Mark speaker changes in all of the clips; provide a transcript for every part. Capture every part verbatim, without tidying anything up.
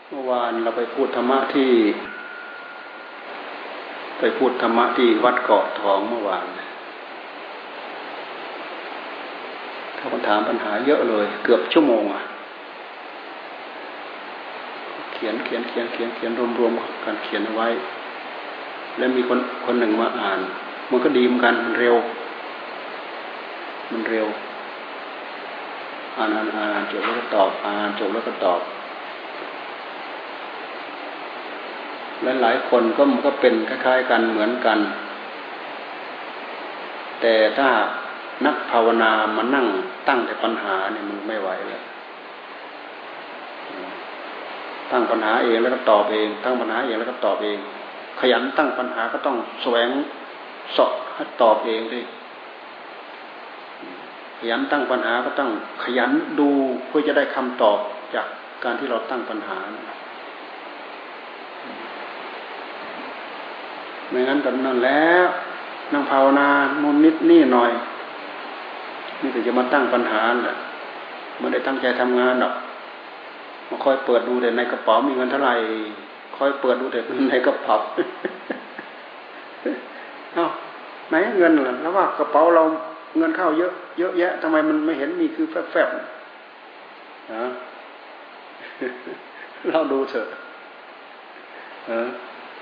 Speaker 1: เมื่อวานเราไปพูดธรรมะที่ไปพูดธรรมะที่วัดเกาะทองเมื่อวานเขาถามปัญหาเยอะเลยเกือบชั่วโมงอ่ะเขียนเขียนเขียนเขียนเขียนรวมๆกันเขียนเอาไว้แล้วมีคนคนหนึ่งมาอ่านมันก็ดีเหมือนกันมันเร็วมันเร็วอ่านอ่านอ่านจบแล้วก็ตอบอ่านจบแล้วก็ตอบและหลายคนก็มันก็เป็นคล้ายๆกันเหมือนกันแต่ถ้านักภาวนามานั่งตั้งแต่ปัญหาเนี่ยมันไม่ไหวแล้วตั้งปัญหาเองแล้วก็ตอบเองตั้งปัญหาเองแล้วก็ตอบเองขยันตั้งปัญหาก็ต้องแสวงเสาะให้ตอบเองดิขยันตั้งปัญหาก็ต้องขยันดูเพื่อจะได้คำตอบจากการที่เราตั้งปัญหาไม่งั้นก็นั่นแล้วนั่งภาวนามุนนิดนี่หน่อยนี่แต่จะมาตั้งปัญหาแหละไม่ได้ตั้งใจทำงานหรอกมาคอยเปิดดูแต่ในกระเป๋ามีเงินเท่าไหร่คอยเปิดดูแต่เงินในกระเป๋าเอ้าไหนเงินล่ะแล้วว่ากระเป๋าเราเงินเข้าเยอะเยอะแยะทำไมมันไม่เห็นมีคือแฟบๆนะเราดูเถอะเออ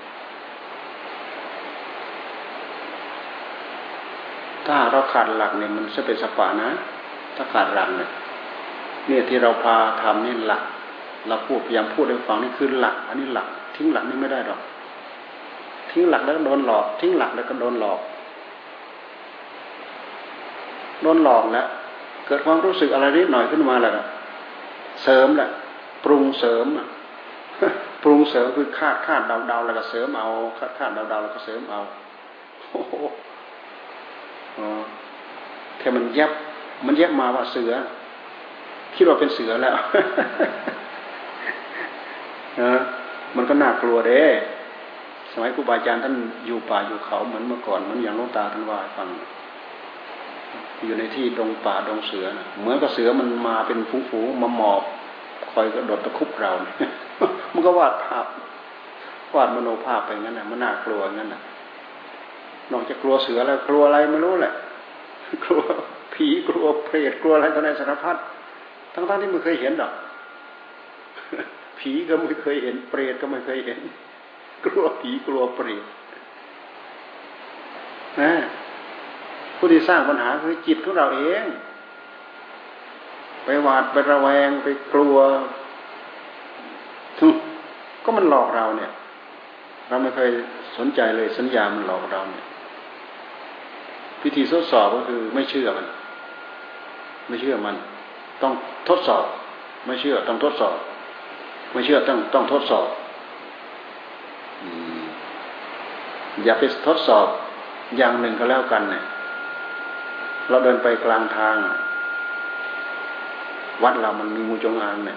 Speaker 1: ถ้าเราขาดหลักเนี่ยมันจะเป็นสปานะถ้าขาดหลักเนี่ยเนี่ยที่เราพาทำนี่หลักเราพูดพยายามพูดให้ฟังนี่คือหลักอันนี้หลักทิ้งหลักนี่ไม่ได้หรอกทิ้งหลักแล้วก็โดนหลอกทิ้งหลักแล้วก็โดนหลอกโดนหลอกแล้วเกิดความรู้สึกอะไรนิดหน่อยขึ้นมาแล้วเสริมแหละปรุงเสริมปรุงเสริมคือคาดคาดเดาเดาแล้วก็เสริมเอาคาดคาดเดาเดาแล้วก็เสริมเอาโอ้โหแค่มันแยบมันแยบมาว่าเสือคิดว่าเป็นเสือแล้วนะมันก็น่ากลัวเด้สมัยครูบาอาจารย์ท่านอยู่ป่าอยู่เขาเหมือนเมื่อก่อนเหมือนอย่างหลวงตาท่านว่าฟังอยู่ในที่ดงป่าดงเสือนะเหมือนกับเสือมันมาเป็นฝูงๆมาหมอบคอยกระโดดตะคุบเรามันก็วาดภาพวาดมโนภาพไปงั้นน่ะมันน่ากลัวงั้นน่ะนอกจากกลัวเสือแล้วกลัวอะไรไม่รู้แหละกลัวผีกลัวเปรตกลัวอะไรต่อในสารพัดทั้งๆที่ไม่เคยเห็นหรอกผีก็ไม่เคยเห็นเปรตก็ไม่เคยเห็นกลัวผีกลัวเปรตนะผู้ที่สร้างปัญหาคือจิตของเราเองไปหวาดไประแวงไปกลัวก็มันหลอกเราเนี่ยเราไม่เคยสนใจเลยสัญญามันหลอกเราเนี่ยพิธีทดสอบก็คือไม่เชื่อมันไม่เชื่อมันต้องทดสอบไม่เชื่อต้องทดสอบไม่เชื่อต้องต้องทดสอบอย่าไปทดสอบอย่างหนึ่งก็แล้วกันเนี่ยเราเดินไปกลางทางวัดเรามันมีงูจงอางเนี่ย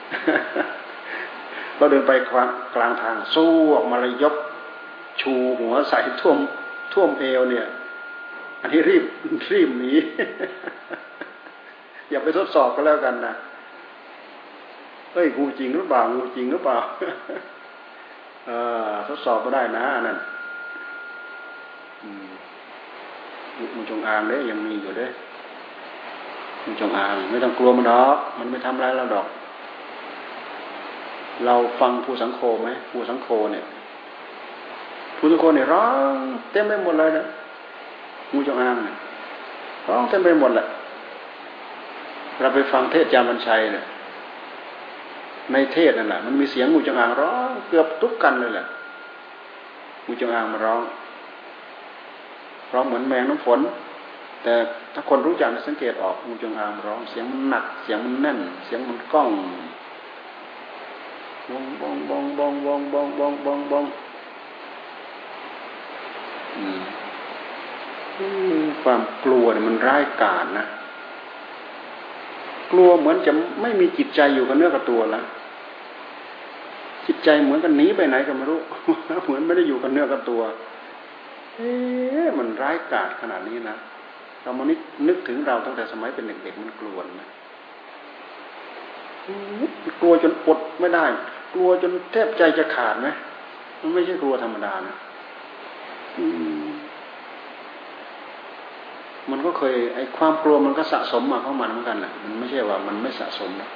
Speaker 1: เราเดินไปกลางทางสู้ออกมาเลยยกชูหัวใส่ท่วมท่วมเอวเนี่ยอันนี้รีบรีบหนีอย่าไปทดสอบก็แล้วกันนะเฮ้ยงูจริงหรือเปล่างูจริงหรือเปล่าเออทดสอบก็ได้นะนั่นงูจงอางเนี่ยยังมีอยู่ด้วยงูจงอางไม่ต้องกลัวมันหรอกมันไม่ทำอะไรเราดอกเราฟังภูสังโฆไหมภูสังโฆเนี่ยภูสังโฆเนี่ยร้องเต็มไปหมดเลยนะงูจงอางเนี่ยร้องเต็มไปหมดแหละเราไปฟังเทศน์จามวันชัยเนี่ยในเทศนั่นแหละมันมีเสียงงูจงอางร้องเกือบทุกกันเลยแหละงูจงอางมาร้องร้องเหมือนแมงน้ำฝนแต่ถ้าคนรู้จักจะสังเกตออกงูจงอางร้องเสียงมันหนักเสียงมันแน่นเสียงมันก้องบองบองบองบองบองบองบองบองบองความกลัวเนี่ยมันร้ายกาจนะกลัวเหมือนจะไม่มีจิตใจอยู่กับเนื้อกับตัวแล้วจิตใจเหมือนกันหนีไปไหนก็ไม่รู้เหมือนไม่ได้อยู่กับเนื้อกับตัวเอ๊ะมันร้ายกาจขนาดนี้นะเรามานึกนึกถึงเราตั้งแต่สมัยเป็นเด็กๆมันกลัวนะกลัวจนอดไม่ได้กลัวจนแทบใจจะขาดไหมมันไม่ใช่กลัวธรรมดานะมันก็เคยไอ้ความกลัวมันก็สะสมมาของมันเหมือนกันแหละมันไม่ใช่ว่ามันไม่สะสมนะ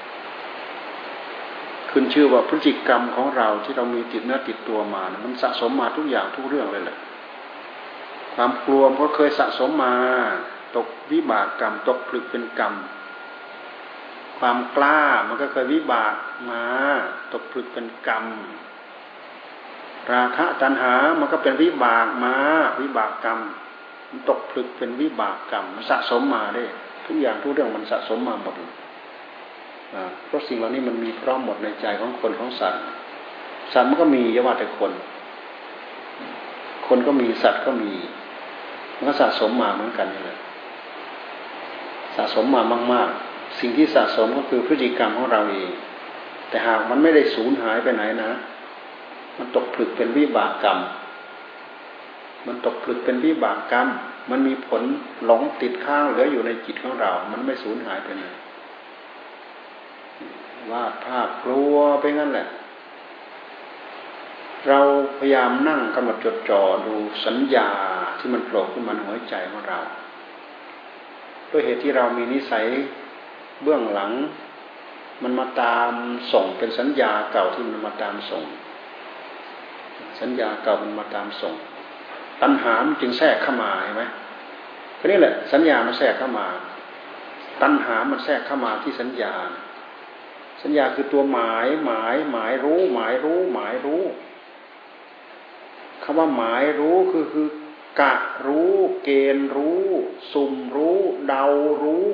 Speaker 1: ขึ้นชื่อว่าพฤติกรรมของเราที่เรามีติดเนื้อติดตัวมานะมันสะสมมาทุกอย่างทุกเรื่องเลยแหละความกลัวมันก็เคยสะสมมาตกวิบากกรรมตกผลึกเป็นกรรมความกล้ามันก็เคยวิบากมาตกผลึกเป็นกรรมราคะตัณหามันก็เป็นวิบากมาวิบากกรรมมันตกผลึกเป็นวิบากกรรมมันสะสมมาได้ทุกอย่างทุกเรื่องมันสะสมมาหมดเพราะสิ่งเหล่านี้มันมีพร้อมหมดในใจของคนของสัตว์สัตว์มันก็มีอย่าว่าแต่คนคนก็มีสัตว์ก็มีมันก็สะสมมาเหมือนกันนี่แหละสะสมมามากๆสิ่งที่สะสมก็คือพฤติกรรมของเราเองแต่หากมันไม่ได้สูญหายไปไหนนะมันตกผลึกเป็นวิบากกรรมมันตกผลึกเป็นวิบากกรรมมันมีผลหลงติดข้างเหลืออยู่ในจิตของเรามันไม่สูญหายไปไหนวาดภาพกลัวไปงั้นแหละเราพยายามนั่งกำหนดจดจ่อดูสัญญาที่มันโผล่ขึ้นมาในหัวใจของเราด้วยเหตุที่เรามีนิสัยเบื้องหลังมันมาตามส่งเป็นสัญญาเก่าที่มันมาตามส่งสัญญาเก่ามันมาตามส่งตัณหามันจึงแทรกเข้ามาเห็นไหมก็นี่แหละสัญญามันแทรกเข้ามาตัณหามันแทรกเข้ามาที่สัญญาสัญญาคือตัวหมายหมายหมายรู้หมายรู้หมายรู้คำว่าหมายรู้คือคือกะรู้เกณฑ์รู้สุ่มรู้เดารู้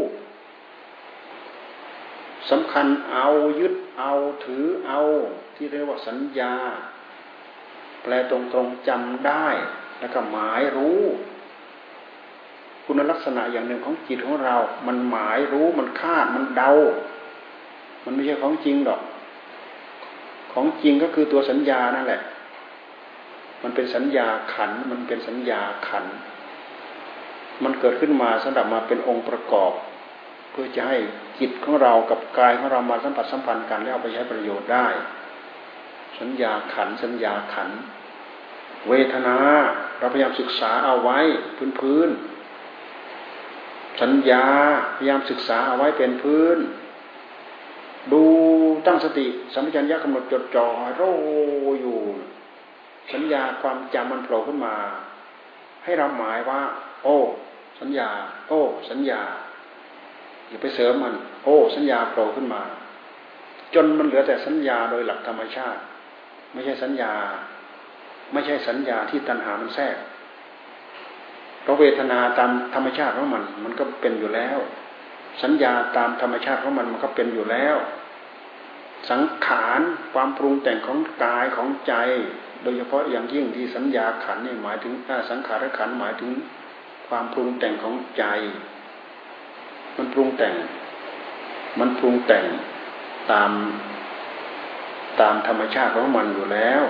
Speaker 1: สำคัญเอายึดเอาถือเอาที่เรียกว่าสัญญาแปลตรงๆจำได้แล้วก็หมายรู้คุณลักษณะอย่างหนึ่งของจิตของเรามันหมายรู้มันคาดมันเดามันไม่ใช่ของจริงหรอกของจริงก็คือตัวสัญญานั่นแหละมันเป็นสัญญาขันมันเป็นสัญญาขันมันเกิดขึ้นมาสำหรับมาเป็นองค์ประกอบเพื่อจะให้จิตของเรากับกายของเรามาสัมผัสสัมพันธ์กันแล้วเอาไปใช้ประโยชน์ได้สัญญาขันสัญญาขันเวทนาเราพยายามศึกษาเอาไว้พื้นพื้นสัญญาพยายามศึกษาเอาไว้เป็นพื้นดูตั้งสติสัมปชัญญะกำหนดจดจ่อโรอยู่สัญญาความจำมันโผล่ขึ้นมาให้เราหมายว่าโอ้สัญญาโอ้สัญญาอย่าไปเสริมมันโอ้สัญญาโผล่ขึ้นมาจนมันเหลือแต่สัญญาโดยหลักธรรมชาติไม่ใช่สัญญาไม่ใช่สัญญาที่ตัณหามันแทรกเพราะเวทนาตามธรรมชาติของมันมันก็เป็นอยู่แล้วสัญญาตามธรรมชาติของมันมันก็เป็นอยู่แล้วสังขารความปรุงแต่งของกายของใจโดยเฉพาะอย่างยิ่งที่สัญญาขันนี่หมายถึงสังขารขันหมายถึงความปรุงแต่งของใจมันปรุงแต่งมันปรุงแต่งตามตามธรรมชาติของมันอยู่แล้ว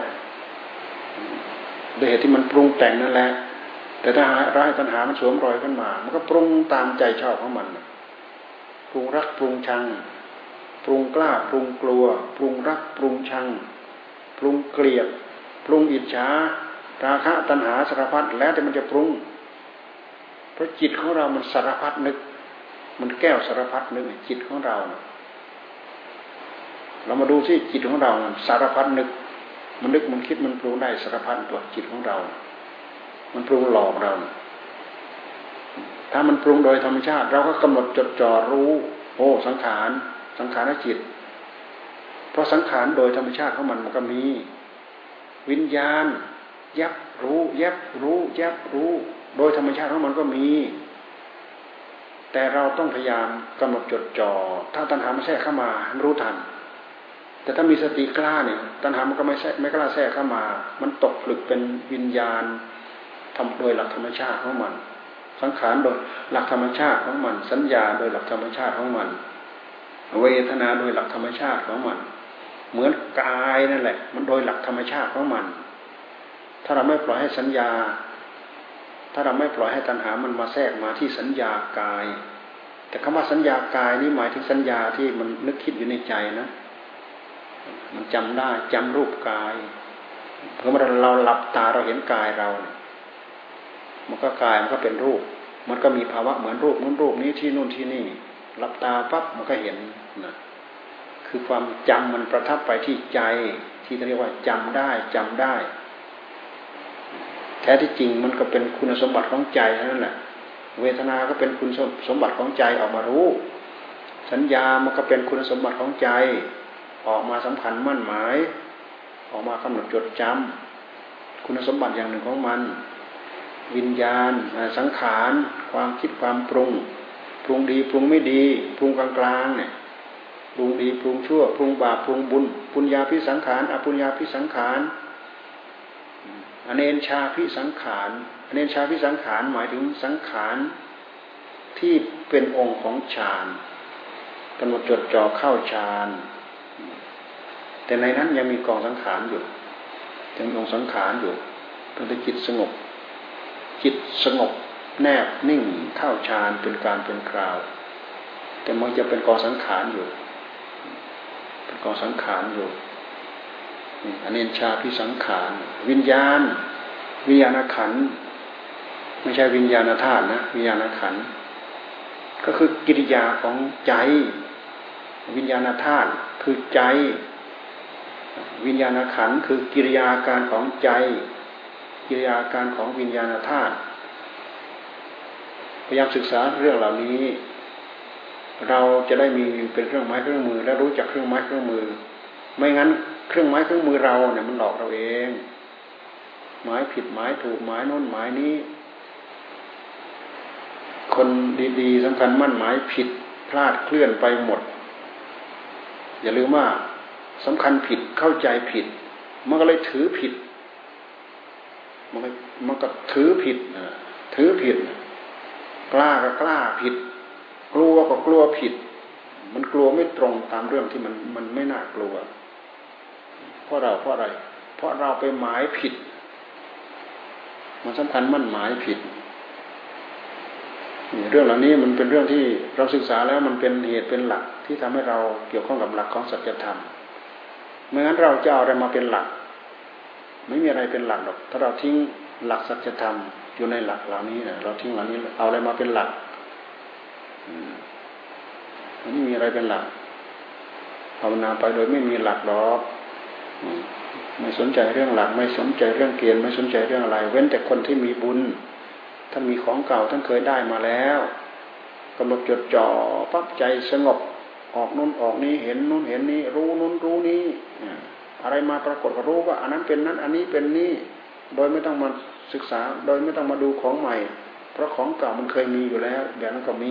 Speaker 1: โดยเหตุที่มันปรุงแต่งนั่นแหละแต่ถ้าเราให้ตัณหามันสวมรอยขึ้นมามันก็ปรุงตามใจชอบของมันปรุงรักปรุงชังปรุงกล้าปรุงกลัวปรุงรักปรุงชังปรุงเกลียดปรุงอิจฉาราคะตัณหาสารพัดแล้วแต่มันจะปรุงเพราะจิตของเรามันสารพัดนึกมันแก้วสารพัดนึกจิตของเราเรามาดูที่จิตของเราสารพัดนึกมันนึกมันคิดมันปรุงได้สารพัดตัวจิตของเรามันปรุงหลอกเราถ้ามันปรุงโดยธรรมชาติเราก็กำหนดจดจ่อรู้โอ้สังขารสังขารจิตเพราะสังขารโดยธรรมชาติของมันมันก็มีวิญญาณยับรู้ยับรู้ยับรู้โดยธรรมชาติของมันก็มีแต่เราต้องพยายามกำหนดจดจ่อถ้าตัณหามันแทรกเข้ามารู้ทันแต่ถ้ามีสติกล้าเนี่ยตัณหามันก็ไม่แทรกไม่กล้าแทรกเข้ามามันตกผลึกเป็นวิญญาณทำโดยหลักธรรมชาติของมันสังขารโดยหลักธรรมชาติของมันสัญญาโดยหลักธรรมชาติของมันเวทนาโดยหลักธรรมชาติของมันเหมือนกายนั่นแหละมันโดยหลักธรรมชาติของมันถ้าเราไม่ปล่อยให้สัญญาถ้าเราไม่ปล่อยให้ตัณหามันมาแทรกมาที่สัญญากายแต่คำว่าสัญญากายนี่หมายถึงสัญญาที่มันนึกคิดอยู่ในใจนะมันจำได้จำรูปกายเพราะเมื่อเราหลับตาเราเห็นกายเรามันก็กายมันก็เป็นรูปมันก็มีภาวะเหมือนรูปนู้นรูปนี้ที่นู่นที่นี่หลับตาปั๊บมันก็เห็นนะคือความจำมันประทับไปที่ใจที่เรียกว่าจำได้จำได้แท้ที่จริงมันก็เป็นคุณสมบัติของใจนั่นแหละเวทนาก็เป็นคุณสมบัติของใจออกมารู้สัญญามันก็เป็นคุณสมบัติของใจออกมาสำคัญมั่นหมายออกมากำหนดจดจำคุณสมบัติอย่างหนึ่งของมันวิญญาณสังขารความคิดความปรุงปรุงดีปรุงไม่ดีปรุงกลางๆเนี่ยปรุงดีปรุงชั่วปรุงบาปปรุงบุญปุญญาภิสังขารอปุญญาภิสังขารอเนนชาภิสังขารอเนนชาภิสังขารหมายถึงสังขารที่เป็นองค์ของฌานกำหนดจดจ่อเข้าฌานแต่ในนั้นยังมีกองสังขารอยู่ยังมีองค์สังขารอยู่เพื่อให้จิตสงบจิตสงบแนบนิ่งเข้าฌานเป็นการเป็นคราวแต่มันจะเป็นกองสังขารอยู่เป็นกองสังขารอยู่อเนนชาภิสังขารวิญญาณวิญญาณขันธ์ไม่ใช่วิญญาณธาตุนะวิญญาณขันธ์ก็คือกิริยาของใจวิญญาณธาตุคือใจวิญญาณขันธ์คือกิริยาการของใจกิริยาการของวิญญาณธาตุพยายามศึกษาเรื่องเหล่านี้เราจะได้มีเป็นเครื่องไม้เครื่องมือและรู้จักเครื่องไม้เครื่องมือไม่งั้นเครื่องไม้เครื่องมือเราเนี่ยมันหลอกเราเองหมายผิดหมายถูกหมายโน้นหมายนี้คนดีๆสำคัญมั่นหมายผิดพลาดเคลื่อนไปหมดอย่าลืมว่าสำคัญผิดเข้าใจผิดมันก็เลยถือผิดมันก็มันก็ถือผิดถือผิดกล้าก็กล้าผิดกลัวก็กลัวผิดมันกลัวไม่ตรงตามเรื่องที่มันมันไม่น่ากลัวเพราะเราเพราะอะไรเพราะเราไปหมายผิดมันสำคัญมั่นหมายผิดเรื่องเหล่านี้มันเป็นเรื่องที่เราศึกษาแล้วมันเป็นเหตุเป็นหลักที่ทำให้เราเกี่ยวข้องกับหลักของสัจธรรมไม่งั้นเราจะเอาอะไรมาเป็นหลักไม่มีอะไรเป็นหลักหรอกถ้าเราทิ้งหลักสัจธรรมอยู่ในหลักเหล่านี้นะเราทิ้งเหล่านี้เอาอะไรมาเป็นหลักไม่มีอะไรเป็นหลักภาวนาไปโดยไม่มีหลักหรอกไม่สนใจเรื่องหลักไม่สนใจเรื่องเกณฑ์ไม่สนใจเรื่องอะไรเว้นแต่คนที่มีบุญท่านมีของเก่าท่านเคยได้มาแล้วกำหนดจดจ่อปั๊บใจสงบออกนู้นออกนี้เห็นนู้นเห็นนี้รู้นู้นรู้นี้อะไรมาปรากฏก็รู้ว่าอันนั้นเป็นนั้นอันนี้เป็นนี้โดยไม่ต้องมาศึกษาโดยไม่ต้องมาดูของใหม่เพราะของเก่ามันเคยมีอยู่แล้วอย่างนั้นก็มี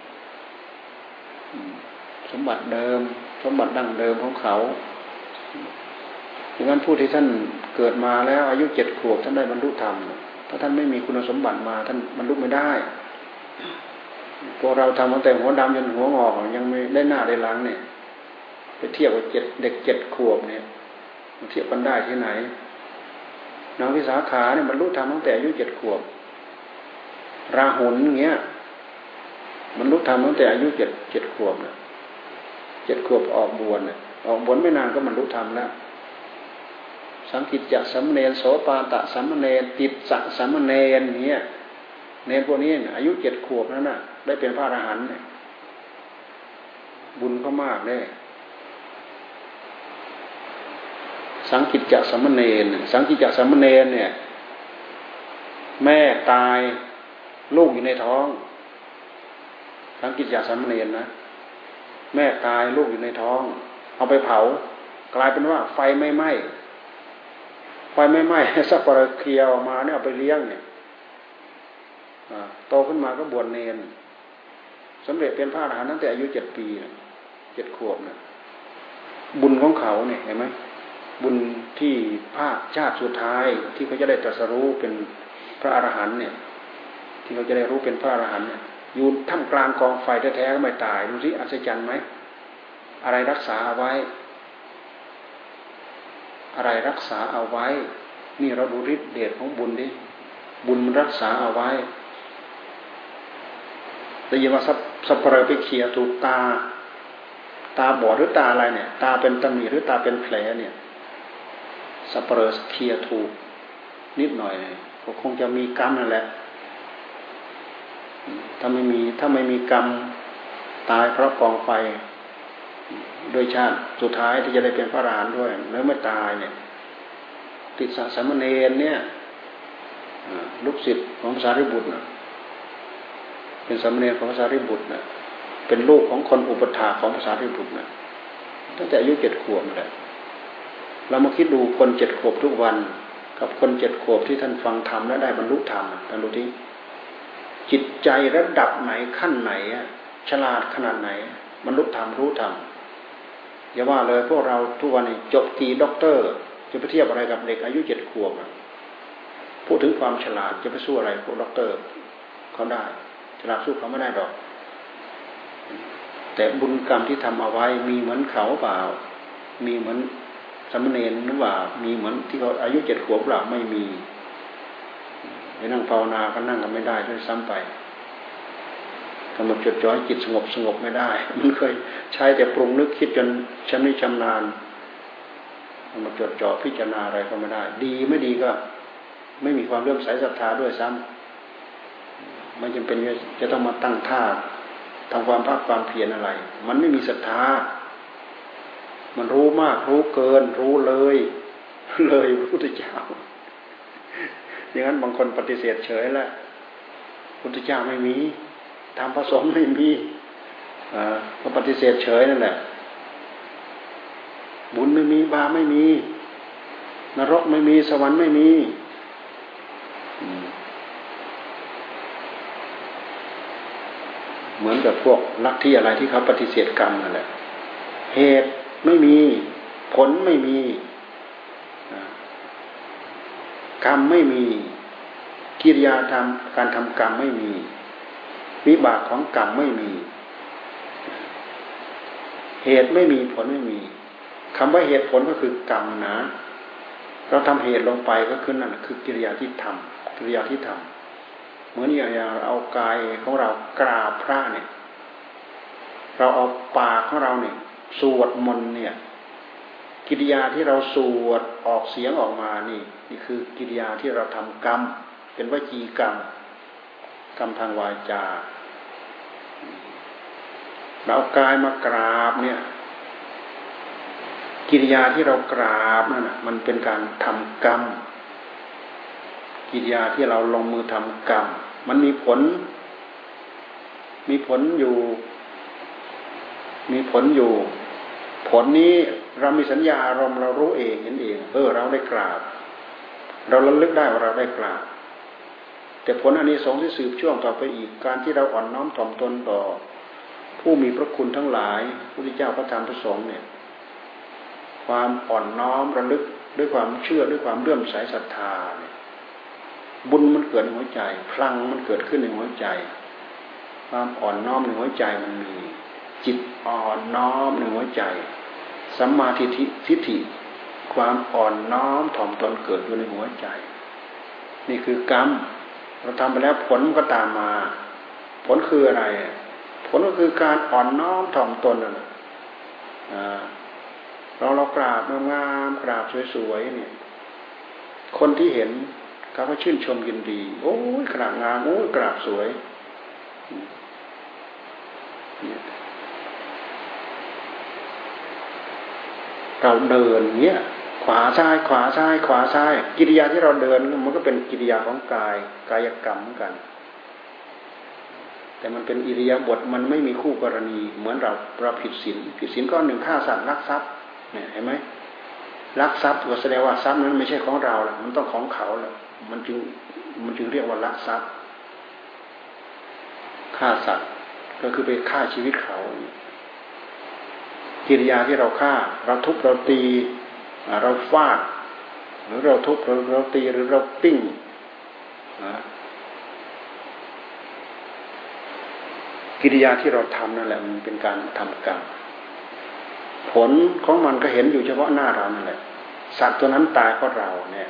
Speaker 1: สมบัติเดิมสมบัติดั้งเดิมของเขาดังนั้นผู้ที่ท่านเกิดมาแล้วอายุเจ็ดขวบท่านได้บรรลุธรรมถ้าท่านไม่มีคุณสมบัติมาท่านบรรลุไม่ได้พวกเราทำตั้งแต่หัวดำจนหัวงอกยังไม่ได้หน้าได้หลังเนี่ยไปเทียบกับเจ็ดเด็กเจ็ดขวบเนี่ยเทียบกันได้ที่ไหนนางวิสาขาเนี่ยบรรลุธรรมตั้งแต่อายุเจ็ดขวบราหุลเงี้ยบรรลุธรรมตั้งแต่อายุเจ็ดเจ็ดขวบเนี่ยเจ็ดขวบออกบวชเนี่ยออกบวชไม่นานก็บรรลุธรรมแล้วสังกิจจะสัมเนรโสปาตะสัมเนรติดสะสัมเนรเงี้ยเนรพวกนี้อายุเจ็ดขวบนั้นน่ะได้เป็นพระอรหันต์เนี่ยบุญก็มากได้สังกิจจะสัมเนรสังกิจจะสัมเนรเนี่ยแม่ตายลูกอยู่ในท้องสังกิจจะสัมเนรนะแม่ตายลูกอยู่ในท้องเอาไปเผากลายเป็นว่าไฟไม่ไหม้ไฟไม่ไหม้สักปะเคียวมาเนี่ยเอาไปเลี้ยงเนี่ยโตขึ้นมาก็บวชเนรสำเร็จเป็นพระอรหันต์ตั้งแต่อายุเจ็ดปีเจ็ดขวบเนี่ยบุญของเขาเนี่ยเห็นไหมบุญที่ภาคชาติสุดท้ายที่เขาจะได้ตรัสรู้เป็นพระอรหันต์เนี่ยที่เขาจะได้รู้เป็นพระอรหันต์เนี่ยอยู่ท่ามกลางกองไฟแท้ๆก็ไม่ตายดูสิอัศจรรย์ไหมอะไรรักษาเอาไว้อะไรรักษาเอาไว้นี่เราดูฤทธิ์เดชของบุญดิบุญมันรักษาเอาไว้ได้ยินว่าสัปเหร่อไปเขี่ยถูกตาตาบอดหรือตาอะไรเนี่ยตาเป็นตำหนิหรือตาเป็นแผลเนี่ยสัปเหร่อเขี่ยถูกนิดหน่อยก็คงจะมีกรรมนั่นแหละถ้าไม่มีถ้าไม่มีกรรมตายเพราะกองไฟโดยชาติสุดท้ายที่จะได้เป็นพระอรหันต์ด้วยแล้วไม่ตายเนี่ยติดสะสมณเณรเนี่ยลูกศิษย์ของพระสารีบุตรเป็นสามเณรของพระสารีบุตรเป็นลูกของคนอุปถากของพระสารีบุตรตั้งแต่อายุเจ็ดขวบนั่นแหละเรามาคิดดูคนเจ็ดขวบทุกวันกับคนเจ็ดขวบที่ท่านฟังธรรมและได้บรรลุธรรมท่านดูที่จิตใจระดับไหนขั้นไหนฉลาดขนาดไหนบรรลุธรรมรู้ธรรมอย่าว่าเลยพวกเราทุกวันนี้จบกี่ด็อกเตอร์จะไปเทียบอะไรกับเด็กอายุเจ็ดขวบพูดถึงความฉลาดจะไปสู้อะไรพวกด็อกเตอร์เขาได้ฉลาดสู้เขาไม่ได้หรอกแต่บุญกรรมที่ทำเอาไว้มีเหมือนเขาเปล่ามีเหมือนสามเณรหรือว่ามีเหมือนที่เขาอายุเจ็ดขวบเปล่าไม่มีไปนั่งภาวนาก็นั่งกันไม่ได้ด้วยซ้ำไปกำหนดจดจ่อจิตสงบสงบไม่ได้มันเคยใช้แต่ปรุงนึกคิดจนชำนิชำนาญกำหนดจดจ่อพิจารณาอะไรก็ไม่ได้ดีไม่ดีก็ไม่มีความเลื่อมใสศรัทธาด้วยซ้ำไม่จำเป็นจะต้องมาตั้งท่าทำความภาคความเพียรอะไรมันไม่มีศรัทธามันรู้มากรู้เกินรู้เลยเลยพระพุทธเจ้าอย่างนั้นบางคนปฏิเสธเฉยแล้วพระพุทธเจ้าไม่มีธรรมผสมไม่มีอ่าก็ปฏิเสธเฉยนั่นแหละบุญไม่มีบาปไม่มีนรกไม่มีสวรรค์ไม่มีเหมือนกับพวกลัทธิอะไรที่เขาปฏิเสธกรรมนั่นแหละเหตุไม่มีผลไม่มีกรรมไม่มีกิริยาทำการทำกรรมไม่มีวิบากของกรรมไม่มีเหตุไม่มีผลไม่มีคำว่าเหตุผลก็คือกรรมนะเราทำเหตุลงไปก็คือนั่นคือกิริยาที่ทำกิริยาที่ทำเหมือนอย่างเราเอากายของเรากราบพระเนี่ยเราเอาปากของเราเนี่ยสวดมนต์เนี่ยกิริยาที่เราสวดออกเสียงออกมานี่นี่คือกิริยาที่เราทำกรรมเป็นวจีกรรมกรรมทางวาจาเราเอากายมากราบเนี่ยกิริยาที่เรากราบนั่นน่ะมันเป็นการทำกรรมกิริยาที่เราลงมือทำกรรมมันมีผลมีผลอยู่มีผลอยู่ผลนี้เรามีสัญญาอารมณ์เรารู้เองเห็นเองเออเราได้กราบเราระลึกได้ว่าเราได้กราบแต่ผลอันนี้สงส์ที่สืบช่วงต่อไปอีกการที่เราอ่อนน้อมถ่อมตนต่อผู้มีพระคุณทั้งหลายพระพุทธเจ้าพระธรรมพระสงฆ์เนี่ยความอ่อนน้อมระลึกด้วยความเชื่อด้วยความเลื่อมใสศรัทธาเนี่ยบุญมันเกิดในหัวใจพลังมันเกิดขึ้นในหัวใจความอ่อนน้อมในหัวใจมันมีจิตอ่อนน้อมในหัวใจสัมมาทิฏฐิทิฏฐิความอ่อนน้อมถ่อมตนเกิดอยู่ในหัวใจนี่คือกรรมเราทำไปแล้วผลก็ตามมาผลคืออะไรผลก็คือการอ่อนน้อมถ่อมตนนั่นแหละเราเรากราบงามๆกราบสวยๆเนี่ยคนที่เห็นเขาก็ชื่นชมยินดีโอ้ยกราบงามโอ้ยกราบสวยเราเดินเนี้ยขวาซ้ายขวาซ้ายขวาซ้ายกิริยาที่เราเดินมันก็เป็นกิริยาของกายกายกรรมเหมือนกันแต่มันเป็นอิริยาบถมันไม่มีคู่กรณีเหมือนเราเราผิดศีลผิดศีลข้อหนึ่งฆ่าสัตว์ลักทรัพย์เนี่ยเห็นไหมลักทรัพย์ก็แสดงว่าทรัพย์นั้นไม่ใช่ของเราละมันต้องของเขาละมันจึงมันจึงเรียกว่าลักทรัพย์ฆ่าสัตว์ก็คือไปฆ่าชีวิตเขากิริยาที่เราฆ่าเราทุบเราตีเราฟาดหรือเราทุบเราเราตีหรือเราปิ้งกิริยาที่เราทำนั่นแหละมันเป็นการทำกรรมผลของมันก็เห็นอยู่เฉพาะหน้าเรานั่นแหละสัตว์ตัวนั้นตายเพราะเราเนี่ย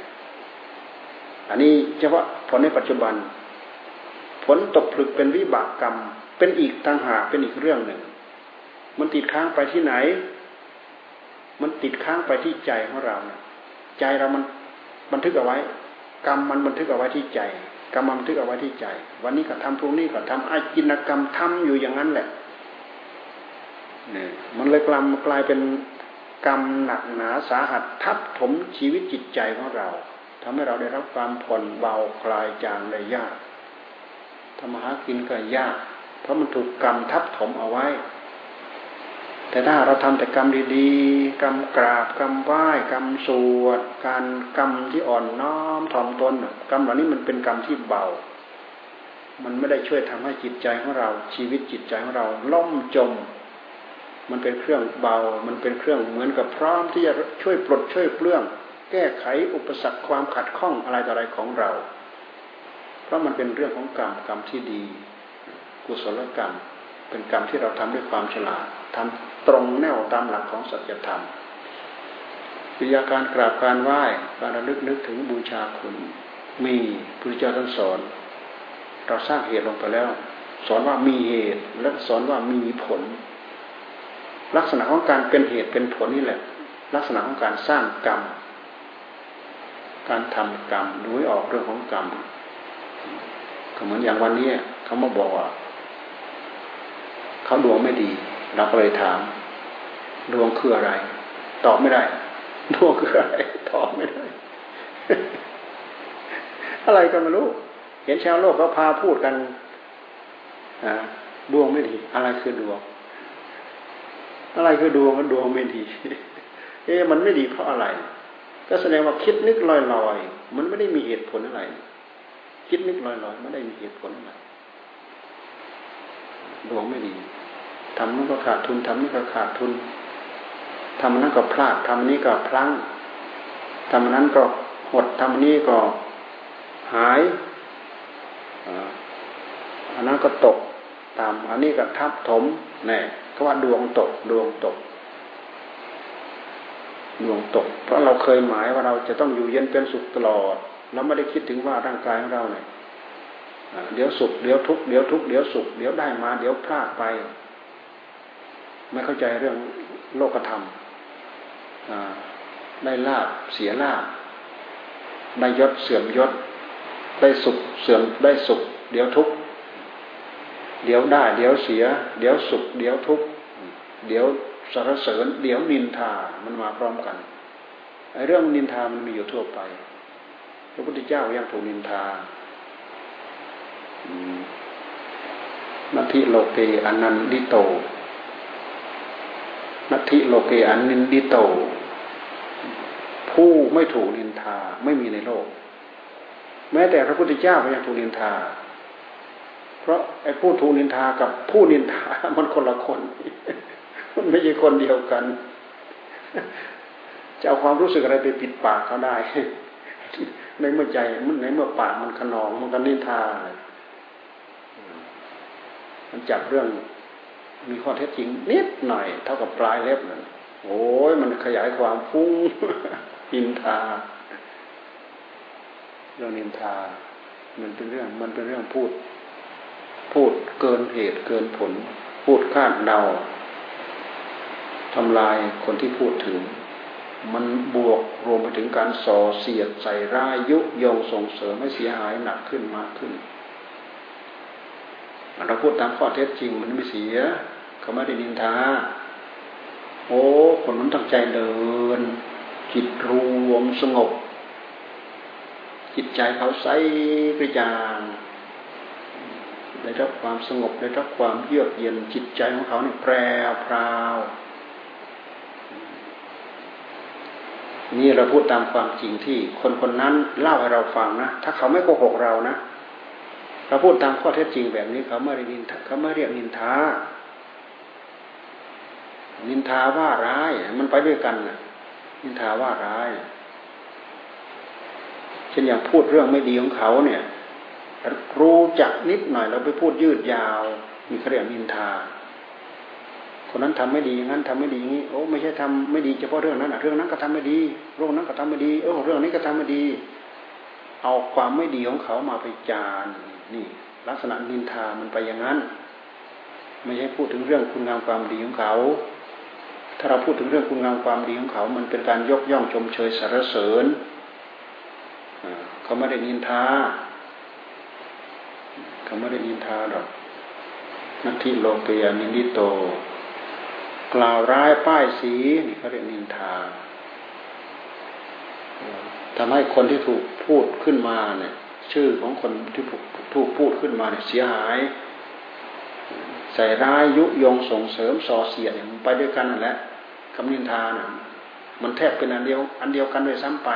Speaker 1: อันนี้เฉพาะผลในปัจจุบันผลตกผลึกเป็นวิบากกรรมเป็นอีกต่างหากเป็นอีกเรื่องหนึ่งมันติดค้างไปที่ไหนมันติดค้างไปที่ใจของเราเนี่ยใจเรามันบันทึกเอาไว้กรรมมันบันทึกเอาไว้ที่ใจกรรมมันบันทึกเอาไว้ที่ใจวันนี้ก็ทำพรุ่งนี้ก็ทำอาจินกรรมทำอยู่อย่างนั้นแหละเนี่ยมันเลยกลายกลายเป็นกรรมหนักหนาสาหัสทับถมชีวิตจิตใจของเราทำให้เราได้รับความผ่อนเบาคลายจางได้ยากทำมาหากินก็ยากเพราะมันถูกกรรมทับถมเอาไว้แต่ถ้าเราทำแต่กรรมดีๆกรรมกราบกรรมไหว้กรรมสวดการกรรมที่อ่อนน้อมถ่อมตนกรรมเหล่านี้มันเป็นกรรมที่เบามันไม่ได้ช่วยทำให้จิตใจของเราชีวิตจิตใจของเราล่มจมมันเป็นเครื่องเบามันเป็นเครื่องเหมือนกับพร้อมที่จะช่วยปลดช่วยเปลื้องแก้ไขอุปสรรคความขัดข้องอะไรต่ออะไรของเราเพราะมันเป็นเรื่องของกรรมกรรมที่ดีกุศลกรรมเป็นกรรมที่เราทำด้วยความฉลาดทำตรงแนวตามหลักของสัจธรรมวิทยาการกราบการไหว้การระลึกนึกถึงบูชาคุณมีพระพุทธเจ้าท่านสอนเราสร้างเหตุลงไปแล้วสอนว่ามีเหตุและสอนว่ามีผลลักษณะของการเป็นเหตุเป็นผลนี่แหละลักษณะของการสร้างกรรมการทำกรรมดูให้ออกเรื่องของกรรมก็เหมือนอย่างวันนี้เขามาบอกว่าเขาดวงไม่ดีเราก็เลยถามดวงคืออะไรตอบไม่ได้ดวงคืออะไรตอบไม่ได้ อะไรก็ไม่รู้เห็นชาวโลกเขาพาพูดกันดวงไม่ดีอะไรคือดวงอะไรคือดวงมันดวงไม่ดี เอ๊ะมันไม่ดีเพราะอะไรก็แสดงว่าคิดนึกลอยๆมันไม่ได้มีเหตุผลอะไรคิดนึกลอยๆไม่ได้มีเหตุผลอะไรดวงไม่ดีทำนั้นก็ขาดทุนทำนี้ก็ขาดทุนทำนั้นก็พลาดทำนี้ก็พลั้งทำนั้นก็หดทำนี้ก็หายอันนั้นก็ตกตามอันนี้ก็ทับถมแน่ก็ว่าดวงตกดวงตกดวงตกเพราะเราเคยหมายว่าเราจะต้องอยู่เย็นเป็นสุขตลอดเราไม่ได้คิดถึงว่าร่างกายของเราเนี่ยเดี๋ยวสุขเดี๋ยวทุกข์เดี๋ยวทุกข์เดี๋ยวสุขเดี๋ยวได้มาเดี๋ยวพลาดไปไม่เข้าใจเรื่องโลกธรรมได้ลาภเสียลาภได้ยศเสื่อมยศได้สุขเสื่อมได้สุขเดี๋ยวทุกข์เดี๋ยวได้เดี๋ยวเสียเดี๋ยวสุขเดี๋ยวทุกข์เดี๋ยวสรรเสริญเดี๋ยวนินทามันมาพร้อมกันไอ้เรื่องนินทามันมีอยู่ทั่วไปพระพุทธเจ้ายังถูกนินทานัตถิโลเกอนันดิโตนัตถิโลเกอนันดิโตผู้ไม่ถูกนินทาไม่มีในโลกแม้แต่พระพุทธเจ้าก็ยังถูกนินทาเพราะไอ้ผู้ถูกนินทากับผู้นินทามันคนละคนมันไม่ใช่คนเดียวกันจะเอาความรู้สึกอะไรไปปิดปากเขาได้ในเมื่อใจมันในเมื่อปากมันขนองมันก็นินทามันจับเรื่องมีข้อเท็จจริงนิดหน่อยเท่ากับปลายเล็บนั่นโอ้ยมันขยายความฟุ้งนินทาเรื่องนินทามันเป็นเรื่องมันเป็นเรื่องพูดพูดเกินเหตุเกินผลพูดคาดเดาทำลายคนที่พูดถึงมันบวกรวมไปถึงการส่อเสียดใส่ร้ายยุยงส่งเสริมให้เสียหายหนักขึ้นมากขึ้นเราพูดตามข้อเท็จจริงมันไม่เสียเขาไม่ได้นินทาโอ้คนนั้นตั้งใจเดินจิตรวมสงบจิตใจเขาใสกระจ่างได้รับความสงบได้รับความเยือกเย็นจิตใจของเขาเนี่ยแปรพราวนี่เราพูดตามความจริงที่คนคนนั้นเล่าให้เราฟังนะถ้าเขาไม่โกหกเรานะเราพูดตามข้อเท็จจริงแบบนี้เขาไม่ได้นินทาเขาไม่เรียกนินทานินทาว่าร้ายมันไปด้วยกันนะนินทาว่าร้ายเช่นอย่างพูดเรื่องไม่ดีของเขาเนี่ยรู้จักนิดหน่อยเราไปพูดยืดยาวมีเขาเรียกนินทาคนนั้นทำไม่ดีอย่างนั้นทำไม่ดีอย่างนี้โอ้ไม่ใช่ทำไม่ดีเฉพาะเรื่องนั้นนะเรื่องนั้นก็ทำไม่ดีเรื่องนั้นก็ทำไม่ดีเออเรื่องนี้ก็ทำไม่ดีเอาความไม่ดีของเขามาไปจานนี่ลักษณะนินทามันไปอย่างนั้นไม่ใช่พูดถึงเรื่องคุณงามความดีของเขาถ้าเราพูดถึงเรื่องคุณงามความดีของเขามันเป็นการยกย่องชมเชยสรรเสริญเขาไม่ได้นินทาเขาไม่ได้นินทาหรอกนัตถิโลเกยนินิโตกล่าวร้ายป้ายสีนี่เขาเรียกนินทาทำให้คนที่ถูกพูดขึ้นมาเนี่ยชื่อของคนที่ถูกพูดขึ้นมาเนี่ยเสียหายใส่ร้ายยุยงส่งเสริมส่อเสียดมันไปด้วยกันนั่นแหละคำนินทาน่ะมันแทบเป็นอันเดียวอันเดียวกันด้วยซ้ำไป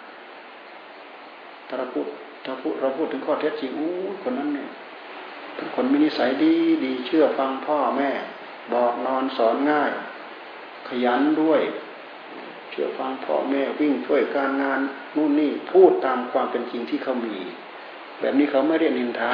Speaker 1: ถ้าเราพูดถ้าพูดเราพูดถึงข้อเท็จจริงอู้คนนั้นเนี่ยเป็นคนมีนิสัยดีดีเชื่อฟังพ่อแม่บอกนอนสอนง่ายขยันด้วยเชื่อฟังพ่อแม่วิ่งช่วยการงานนู่นนี่พูดตามความเป็นจริงที่เขามีแบบนี้เขาไม่เรียกนินทา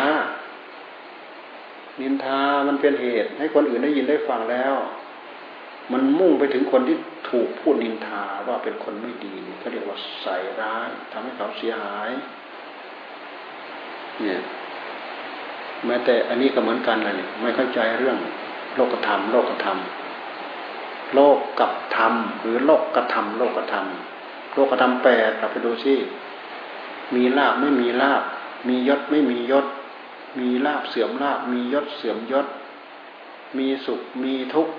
Speaker 1: นินทามันเป็นเหตุให้คนอื่นได้ยินได้ฟังแล้วมันมุ่งไปถึงคนที่ถูกพูดนินทาว่าเป็นคนไม่ดีเขาเรียกว่าใส่ร้ายทำให้เขาเสียหายเนี่ยแม้แต่อันนี้ก็เหมือนกันเลยไม่เข้าใจเรื่องโลกธรรมโลกธรรมโลกกับธรรมหรือโลกกธรรมโลกธรรมโลกธรรมแปดเราไปดูซิมีลาภไม่มีลาภมียศไม่มียศมีลาภเสื่อมลาภมียศเสื่อมยศมีสุขมีทุกข์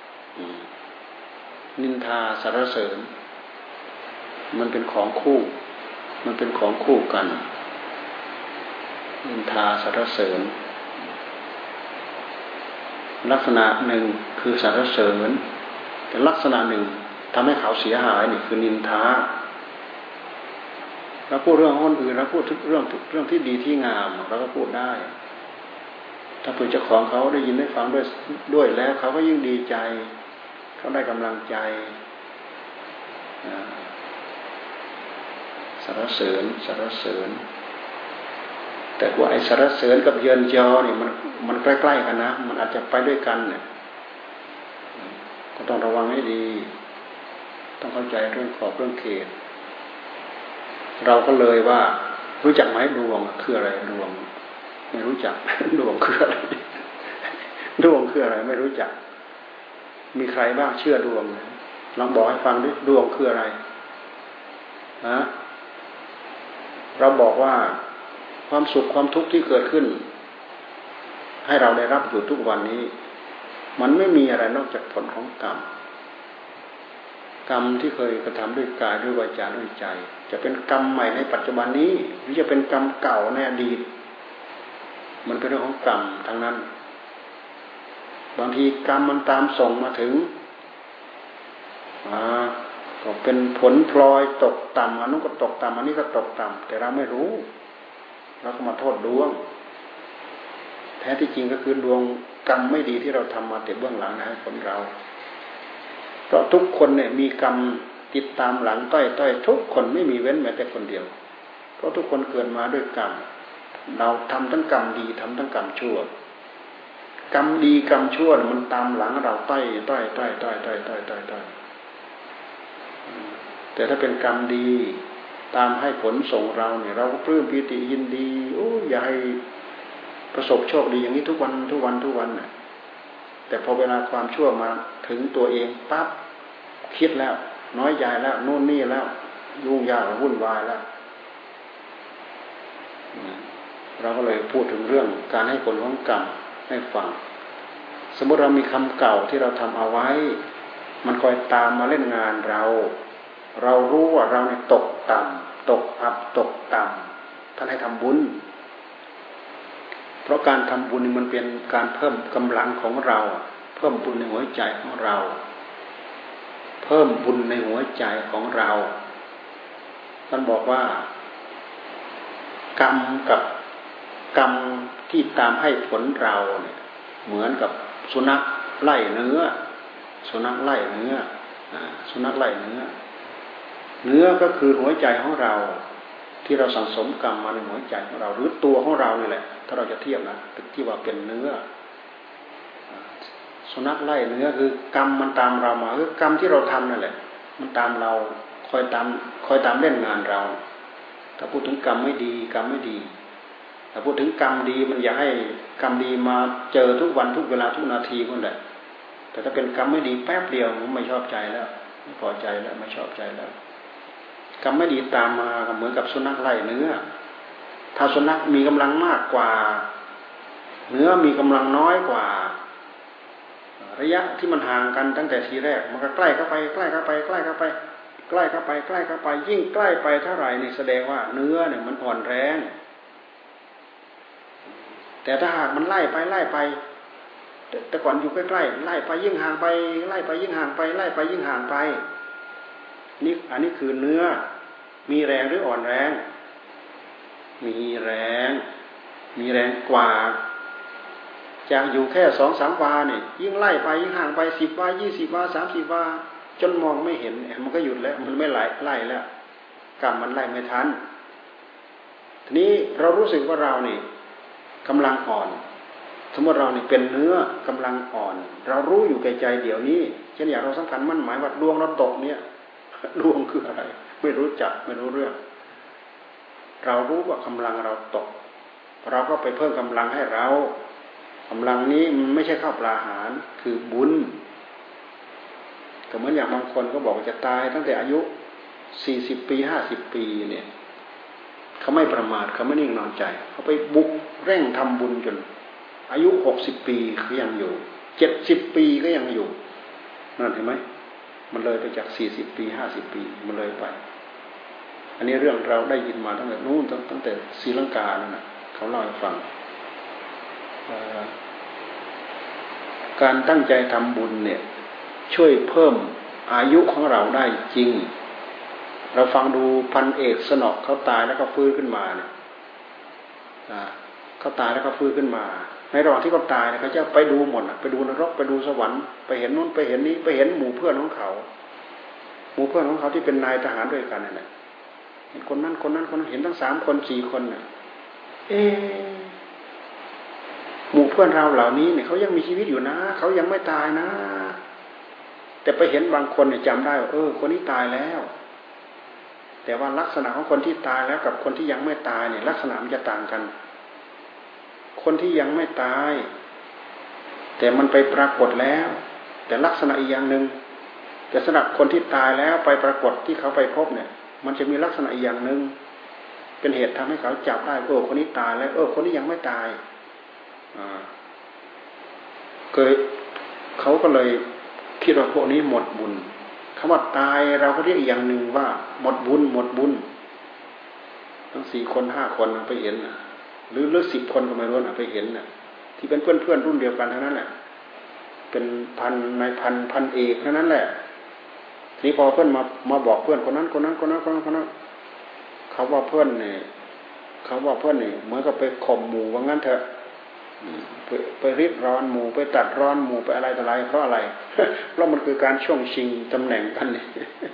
Speaker 1: นินทาสรรเสริญมันเป็นของคู่มันเป็นของคู่กันนินทาสรรเสริญลักษณะหนึ่งคือสรรเสริญแต่ลักษณะหนึ่งทำให้เขาเสียหายนี่คือนินทาเราพูดเรื่องคนอื่นเราพูดเรื่องเรื่องที่ดีที่งามเราก็พูดได้ถ้าเผื่อเจ้าของเขาได้ยินได้ฟังด้วยด้วยแล้วเขาก็ยิ่งดีใจเขาได้กำลังใจสรรเสริญสรรเสริญแต่ว่าไอ้สรรเสริญกับเยินยอเนี่ยมันมันใกล้ๆกันนะมันอาจจะไปด้วยกันเนี่ยก็ต้องระวังให้ดีต้องเข้าใจเรื่องขอบเรื่องเขตเราก็เลยว่ารู้จักไหมดวงคืออะไรดวงไม่รู้จักดวงคืออะไรดวงคืออะไรไม่รู้จักมีใครบ้างเชื่อดวงลองบอกให้ฟังดิดวงคืออะไรฮะเราบอกว่าความสุขความทุกข์ที่เกิดขึ้นให้เราได้รับอยู่ทุกวันนี้มันไม่มีอะไรนอกจากผลของกรรมกรรมที่เคยกระทำด้วยกายด้วยวาจาด้วยใจจะเป็นกรรมใหม่ในปัจจุบันนี้หรือจะเป็นกรรมเก่าในอดีตมันเป็นเรื่องของกรรมทั้งนั้นบางทีกรรมมันตามส่งมาถึงอ่าก็เป็นผลพลอยตกต่ำอันนู้นก็ตกต่ำอันนี้ก็ตกต่ำแต่เราไม่รู้เราก็มาโทษดวงแท้ที่จริงก็คือดวงกรรมไม่ดีที่เราทำมาแต่เบื้องหลังนะให้ผลเราเพราะทุกคนเนี่ยมีกรรมติดตามหลังต้อยต้อยทุกคนไม่มีเว้นแม้แต่คนเดียวเพราะทุกคนเกิดมาด้วยกรรมเราทำทั้งกรรมดีทำทั้งกรรมชั่วกรรมดีกรรมชั่วมันตามหลังเราต้อยต้อยต้อยต้อยต้อยต้อยต้อยต้อยแต่ถ้าเป็นกรรมดีตามให้ผลส่งเราเนี่ยเราก็ปลื้มปีติยินดีโอ้อยากให้ประสบโชคดีอย่างนี้ทุกวันทุกวันทุกวันน่ะแต่พอเวลาความชั่วมาถึงตัวเองปั๊บคิดแล้วน้อยใจแล้วโน่นนี่แล้วยุ่งยากวุ่นวายแล้วเราก็เลยพูดถึงเรื่องการให้ผลของกรรมให้ฟังสมมติเรามีคำเก่าที่เราทำเอาไว้มันคอยตามมาเล่นงานเราเรารู้ว่าเราเนี่ยตกต่ำตกอับตกต่ำท่านให้ทำบุญเพราะการทำบุญนี่มันเป็นการเพิ่มกำลังของเราเพิ่มบุญในหัวใจของเราเพิ่มบุญในหัวใจของเราท่านบอกว่ากรรมกับกรรมที่ตามให้ผลเราเนี่ยเหมือนกับสุนัขไล่เนื้อสุนัขไล่เนื้อสุนัขไล่เนื้อเนื้อก็คือหัวใจของเราที่เราสั่งสมกรรมมาในหัวใจของเราหรือตัวของเรานี่แหละถ้าเราจะเทียบนะที่ว่าเป็นเนื้อสุนัขไล่เนื้อคือกรรมมันตามเรามาคือกรรมที่เราทำนั่นแหละมันตามเราคอยตามคอยตามเล่นงานเราถ้าพูดถึงกรรมไม่ดีกรรมไม่ดีถ้าพูดถึงกรรมดีมันอยากให้กรรมดีมาเจอทุกวันทุกเวลาทุกนาทีนั่นแหละแต่ถ้าเป็นกรรมไม่ดีแป๊บเดียวมันไม่ชอบใจแล้วไม่พอใจแล้วไม่ชอบใจแล้วกรรมไม่ดีตามมาเหมือนกับสุนัขไล่เนื้อถ้าสุนัขมีกำลังมากกว่าเนื้อมีกำลังน้อยกว่าระยะที่มันห่างกันตั้งแต่ทีแรกมันก็ใกล้เข้าไปใกล้เข้าไปใกล้เข้าไปใกล้เข้าไปใกล้เข้าไปยิ่งใกล้ไปเท่าไหร่นี่แสดงว่าเนื้อเนี่ยมันอ่อนแรงแต่ถ้าหากมันไล่ไปไล่ไปแต่ก่อนอยู่ใกล้ๆไล่ไปยิ่งห่างไปไล่ไปยิ่งห่างไปไล่ไปยิ่งห่างไปนี่อันนี้คือเนื้อมีแรงหรืออ่อนแรงมีแรงมีแรงกว่าจากอยู่แค่สองสามวาเนี่ยยิ่งไล่ไปยิ่งห่างไปสิบวายี่สิบวาสามสิบวาจนมองไม่เห็นมันก็หยุดแล้วมันไม่ไหลไล่แล้วกรรมมันไล่ไม่ทันทีนี้เรารู้สึกว่าเรานี่กำลังอ่อนสมมติเรานี่เป็นเนื้อกำลังอ่อนเรารู้อยู่แก่ใจเดี๋ยวนี้เช่นอย่างเราสำคัญมั่นหมายว่าดวงเราตกเนี่ยดวงคืออะไรไม่รู้จักไม่รู้เรื่องเรารู้ว่ากำลังเราตกเราก็ไปเพิ่มกำลังให้เรากำลังนี้มันไม่ใช่ข้าวปลาอาหารคือบุญก็เหมือนอย่างบางคนก็บอกว่าจะตายตั้งแต่อายุสี่สิบปีห้าสิบปีเนี่ยเขาไม่ประมาทเขาไม่นิ่งนอนใจเขาไปบุกเร่งทำบุญจนอายุหกสิบปีเขายังอยู่เจ็ดสิบปีก็ยังอยู่นั่นเห็นไหมมันเลยไปจากสี่สิบปีห้าสิบปีมันเลยไปอันนี้เรื่องเราได้ยินมาตั้งแต่นู้นตั้งแต่ศรีลังกานั่นนะเขาเล่าให้ฟังการตั้งใจทำบุญเนี่ยช่วยเพิ่มอายุของเราได้จริงเราฟังดูพันเอกสนอเขาตายแล้วก็ฟื้นขึ้นมาเนี่ยเขาตายแล้วก็ฟื้นขึ้นมาในระหว่างที่เขาตายเขาจะไปดูหมดไปดูนรกไปดูสวรรค์ไปเห็นนู้นไปเห็นนี้ไปเห็นหมู่เพื่อนของเขาหมู่เพื่อนของเขาที่เป็นนายทหารด้วยกันนั่นแหละเห็นคนนั้นคนนั้นคนนั้นเห็นทั้งสามคนสี่คนน่ะเอ๊ะหมู่เพื่อนเราเหล่านี้เนี่ยเขายังมีชีวิตอยู่นะเขายังไม่ตายนะแต่ไปเห็นบางคนเนี่ยจำได้ว่าเออคนนี้ตายแล้วแต่ว่าลักษณะของคนที่ตายแล้วกับคนที่ยังไม่ตายเนี่ยลักษณะมันจะต่างกันคนที่ยังไม่ตายแต่มันไปปรากฏแล้วแต่ลักษณะอีกอย่างหนึ่งแต่สำหรับคนที่ตายแล้วไปปรากฏที่เขาไปพบเนี่ยมันจะมีลักษณะอีกอย่างหนึ่งเป็นเหตุทำให้เขาจับได้เออคนนี้ตายแล้วเออคนนี้ยังไม่ตายอ่าเคยเขาก็เลยคิดว่าพวกนี้หมดบุญคำว่าตายเราก็เรียกอีกอย่างหนึ่งว่าหมดบุญหมดบุญทั้งสี่คนห้าคนไปเห็นนะหรือเลือกสิบคนก็ไม่รู้นะไปเห็นนะที่เป็นเพื่อนเพื่อนรุ่นเดียวกันทั้งนั้นแหละเป็นพันนายพันพันเอกทั้งนั้นแหละทีนี้พอเพื่อนมามาบอกเพื่อนคนนั้นคนนั้นคนนั้นคนนั้นคนนั้นเขาว่าเพื่อนเนี่ยเขาว่าเพื่อนเนี่ยเหมือนกับไปข่มหมู่ว่างั้นเถอะไปไปริดร้อนหมู่ไปตัดร้อนหมู่ไปอะไรต่ออะไรเพราะอะไรเพราะมันคือการช่วงชิงตำแหน่งกันนี่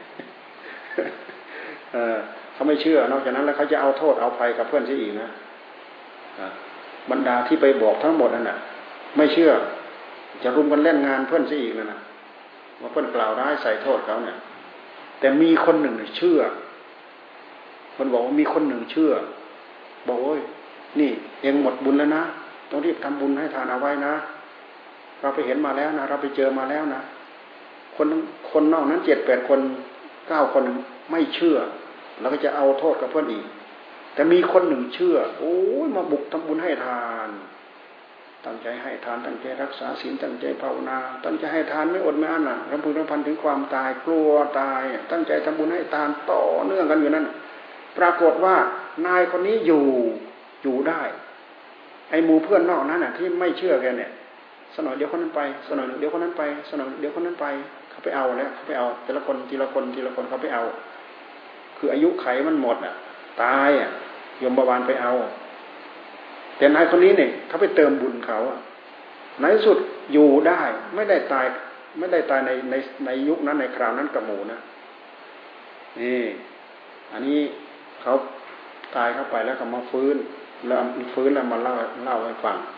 Speaker 1: เขาไม่เชื่อนอกจากนั้นแล้วเขาจะเอาโทษเอาภัยกับเพื่อนซะอีกนะบรรดาที่ไปบอกทั้งหมดนั่นน่ะไม่เชื่อจะรุมกันเล่นงานเพื่อนซะอีกนั่นน่ะว่าเพื่อนกล่าวร้ายใส่โทษเขาเนี่ยแต่มีคนหนึ่งเชื่อมันบอกว่ามีคนหนึ่งเชื่อบอกโอ้ยนี่เองหมดบุญแล้วนะต้องรีบทำบุญให้ทานเอาไว้นะเราไปเห็นมาแล้วนะเราไปเจอมาแล้วนะคนคนนอกนั้นเจ็ดแปดคนเก้าคนไม่เชื่อเราก็จะเอาโทษกับเพื่อนอีกแต่มีคนหนึ่งเชื่อโอ้ยมาบุกทำบุญให้ทานตั้งใจให้ทานตั้งใจรักษาศีลตั้งใจภาวนาตั้งใจให้ทานไม่อดไม่อั้นน่ะรำพึงรำพันถึงความตายกลัวตายตั้งใจทำบุญให้ทานต่อเนื่องกันอยู่นั้นปรากฏว่านายคนนี้อยู่อยู่ได้ไอ้หมู่เพื่อนนอกนั้นน่ะที่ไม่เชื่อแกเนี่ยสนอยเดี๋ยวคนนั้นไปสนอยเดี๋ยวคนนั้นไปสนอยเดี๋ยวคนนั้นไปเขาไปเอาแล้วเขาไปเอาแต่ละคนทีละคนทีละคนเขาไปเอาคืออายุไขมันหมดอ่ะตายอ่ะยมบาลไปเอาแต่นายคนนี้เนี่ยเขาไปเติมบุญเขาในที่สุดอยู่ได้ไม่ได้ตายไม่ได้ตายในในในยุคนั้นในคราวนั้นกับหมู่นะนี่อันนี้เขาตายเข้าไปแล้วก็มาฟื้นแล้วฟื้นแล้วมาเล่าเล่าให้ฟัง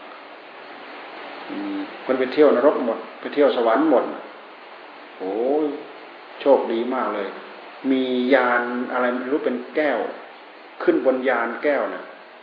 Speaker 1: มันไปเที่ยวนรกหมดไปเที่ยวสวรรค์หมดโอ้ยโชคดีมากเลยมียานอะไรไม่รู้เป็นแก้วขึ้นบนยานแก้วน่ะ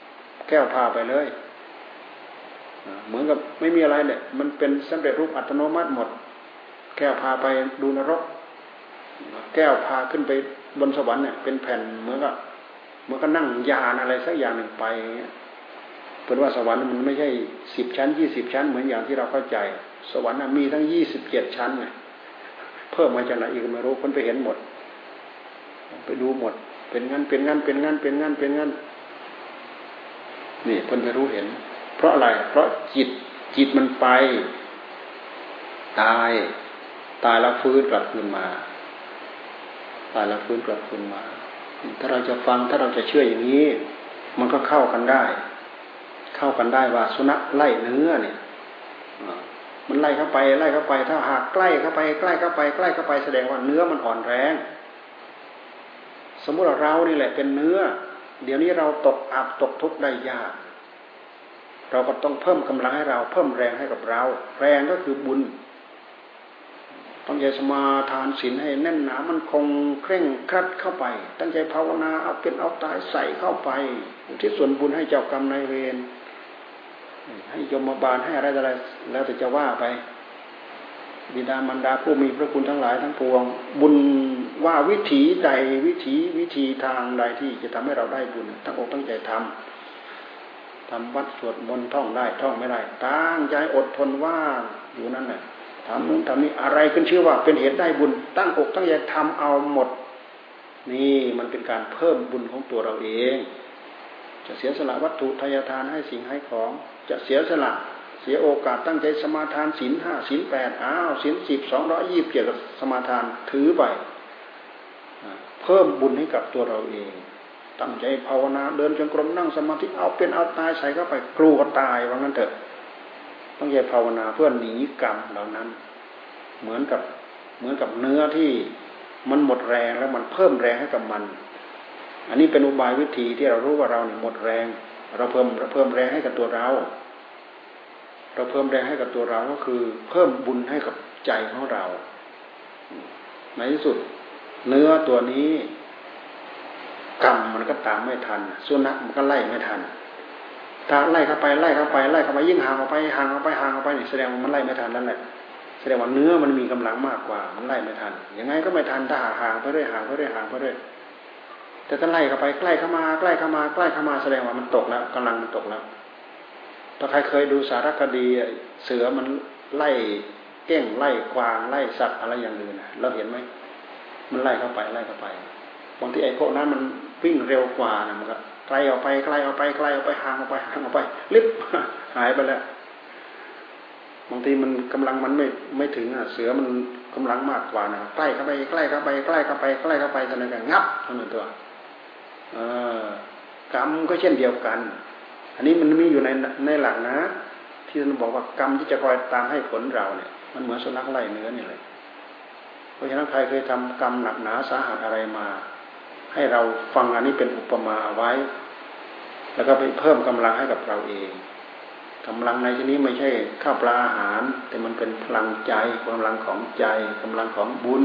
Speaker 1: แก้วพาไปเลยเหมือนกับไม่มีอะไรเนี่ยมันเป็นสำเร็จรูปอัตโนมัติหมดแก้วพาไปดูนรกแก้วพาขึ้นไปบนสวรรค์เนี่ยเป็นแผ่นเหมือนกับเหมือนกับนั่งยานอะไรสักอย่างหนึ่งไปอย่างเงี้ยเพราะว่าสวรรค์มันไม่ใช่สิบชั้นยี่สิบชั้นเหมือนอย่างที่เราเข้าใจสวรรค์มีทั้งยี่สิบเจ็ดชั้นไงเพิ่มมาจากไหนอีกไม่รู้คนไปเห็นหมดไปดูหมดเป็นงั้นเป็นงั้นเป็นงั้นเป็นงั้นเป็นงั้นนี่คนไปรู้เห็นเพราะอะไรเพราะจิตจิตมันไปตายตายแล้วฟื้นกลับคืนมาตายแล้วฟื้นกลับคืนมาถ้าเราจะฟังถ้าเราจะเชื่ออย่างนี้มันก็เข้ากันได้เข้ากันได้ว่าสุนัขไล่เนื้อเนี่ยมันไล่เข้าไปไล่เข้าไปถ้าหากใกล้เข้าไปใกล้เข้าไปใกล้เข้าไปแสดงว่าเนื้อมันอ่อนแรงสมมุติว่าเรานี่แหละเป็นเนื้อเดี๋ยวนี้เราตกอับตกทุกข์ได้ยากเราก็ต้องเพิ่มกำลังให้เราเพิ่มแรงให้กับเราแรงก็คือบุญต้องใจสมาทานศีลให้แน่นหนามันคงเคร่งครัดเข้าไปตั้งใจภาวนาเอาเป็นเอาตายใส่เข้าไปที่ส่วนบุญให้เจ้ากรรมนายเวรให้ยมบาลให้อะไรอะไรแล้วแต่จะว่าไปบิดามารดาผู้มีพระคุณทั้งหลายทั้งปวงบุญว่าวิถีใดวิถีวิธีทางใดที่จะทำให้เราได้บุญตั้งอกตั้งใจทำทำวัดสวดมนต์ท่องได้ท่องไม่ได้ตั้งใจอดทนว่าอยู่นั่นแหละทำนู้นทำนี้อะไรขึ้นชื่อว่าเป็นเหตุได้บุญตั้งอกตั้งใจทำเอาหมดนี่มันเป็นการเพิ่มบุญของตัวเราเองจะเสียสละวัตถุทายทานให้สิ่งให้ของจะเสียสละเสียโอกาสตั้งใจสมาทานศีลห้าศีลแปดอ้าวศีลสิบสองร้อยยี่สิบเจ็ดสมาทานถือไปเพิ่มบุญให้กับตัวเราเองตั้งใจภาวนาเดินจงกรมนั่งสมาธิเอาเป็นเอาตายใส่เข้าไปกลัวตายว่างั้นเถอะต้องใจภาวนาเพื่อหนีกรรมเหล่านั้นเหมือนกับเหมือนกับเนื้อที่มันหมดแรงแล้วมันเพิ่มแรงให้กับมันอันนี้เป็นอุบายวิธีที่เรารู้ว่าเราเนี่ยหมดแรงเราเพิ่มเราเพิ่มแรงให้กับตัวเราเราเพิ่มแรงให้กับตัวเราก็คือเพิ่มบุญให้กับใจของเราในที่สุดเนื้อตัวนี้กรรมมันก็ตามไม่ทันสุนัขมันก็ไล่ไม่ทันถ้าไล่เข้าไปไล่เข้าไปไล่เข้าไปยิ่งห่างออกไปห่างออกไปห่างออกไปนี่แสดงว่ามันไล่ไม่ทันนั่นแหละแสดงว่าเนื้อมันมีกำลังมากกว่ามันไล่ไม่ทันยังไงก็ไม่ทันถ้าห่างไปเรื่อยห่างไปเรื่อยห่างไปเรื่อยแต่ถ้าไล่เข้าไปใกล้เข้ามาใกล้เข้ามาใกล้เข้ามาแสดงว่ามันตกแล้วกำลังมันตกแล้วถ้าใครเคยดูสารคดีเสือมันไล่เก้งไล่กวางไล่สัตว์อะไรอย่างอื่นเราเห็นไหมมันไล่เข้าไปไล่เข้าไปบางทีไอ้พวกนั้นมันวิ่งเร็วกว่านะมันก็ไกลออกไปไกลออกไปไกลออกไปห่างออกไปห่างออกไปลิบหายไปแล้วบางทีมันกำลังมันไม่ไม่ถึงอ่ะเสือมันกำลังมากกว่านะใกล้เข้าไปใกล้เข้าไปใกล้เข้าไปใกล้เข้าไปเท่านั้นก็งับเท่านั้นตัวเออกรรมก็เช่นเดียวกันอันนี้มันมีอยู่ในในหลักนะที่ท่านบอกว่ากรรมที่จะคอยตามให้ผลเราเนี่ยมันเหมือนสุนัขไล่เนื้อนี่เลยเพราะฉะนั้นใครเคยทำกรรมหนักหนาสาหัสอะไรมาให้เราฟังอันนี้เป็นอุปมาเอาไว้แล้วก็ไปเพิ่มกำลังให้กับเราเองกำลังในที่นี้ไม่ใช่ข้าวปลาอาหารแต่มันเป็นพลังใจกำลังของใจกำลังของบุญ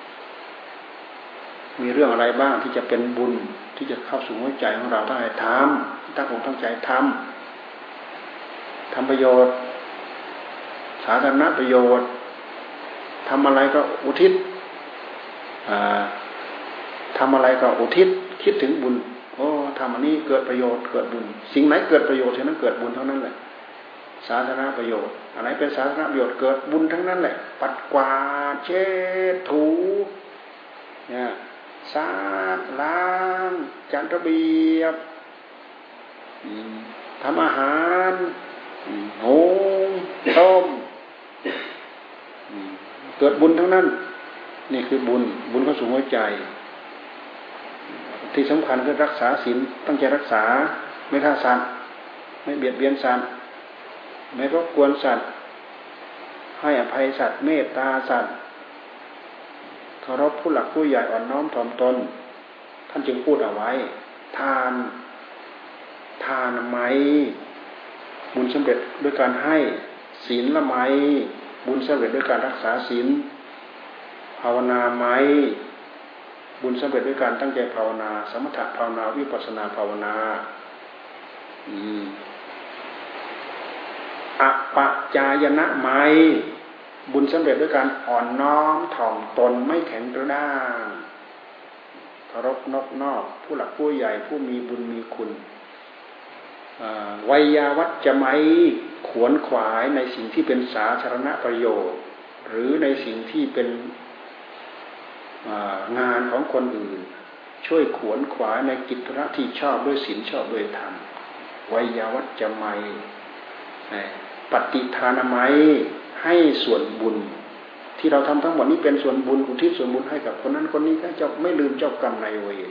Speaker 1: มีเรื่องอะไรบ้างที่จะเป็นบุญที่จะเข้าสู่หัวใจของเราตั้งใจทำตั้งอกตั้งใจทำทำประโยชน์สาธารณประโยชน์ทำอะไรก็อุทิศทำอะไรก็อุทิศคิดถึงบุญโอ้ทำอันนี้เกิดประโยชน์เกิดบุญสิ่งไหนเกิดประโยชน์สิ่งนั้นเกิดบุญเท่านั้นแหละสาธารณประโยชน์อันไหนเป็นสาธารณประโยชน์เกิดบุญทั้งนั้นแหละปัดกวาดเช็ดถูเนี่ยสะอาดล้างจัดระเบียบทำอาหารหุงต้มเกิดบุญทั้งนั้นนี่คือบุญบุญเข้าสู่หัวใจที่สำคัญคือรักษาศีลตั้งใจรักษาไม่ฆ่าสัตว์ไม่เบียดเบียนสัตว์ไม่รบกวนสัตว์ให้อภัยสัตว์เมตตาสัตว์เคารพผู้หลักผู้ใหญ่อ่อนน้อมถ่อมตนท่านจึงพูดเอาไว้ทานทานไหมบุญสำเร็จด้วยการให้ศีลละไหมบุญสำเร็จด้วยการรักษาศีลภาวนาไหมบุญสำเร็จด้วยการตั้งใจภาวนาสมถะภาวนาวิปัสสนาภาวนาอืมอปะจายนะไมบุญสำเร็จด้วยการอ่อนน้อมถ่อมตนไม่แข็งกระด้างเคารพนอบนอบผู้หลักผู้ใหญ่ผู้มีบุญมีคุณวัยยาวัจจะไมขวนขวายในสิ่งที่เป็นสาธารณประโยชน์หรือในสิ่งที่เป็นงานของคนอื่นช่วยขวนขวายในกิจธุระที่ชอบด้วยศีลชอบด้วยธรรมวัยยาวัจจะไมปฏิทานไมให้ส่วนบุญที่เราทำทั้งหมดนี้เป็นส่วนบุญอุทิศส่วนบุญให้กับคนนั้นคนนี้ก็จะไม่ลืมเจ้ากรรมนายเวร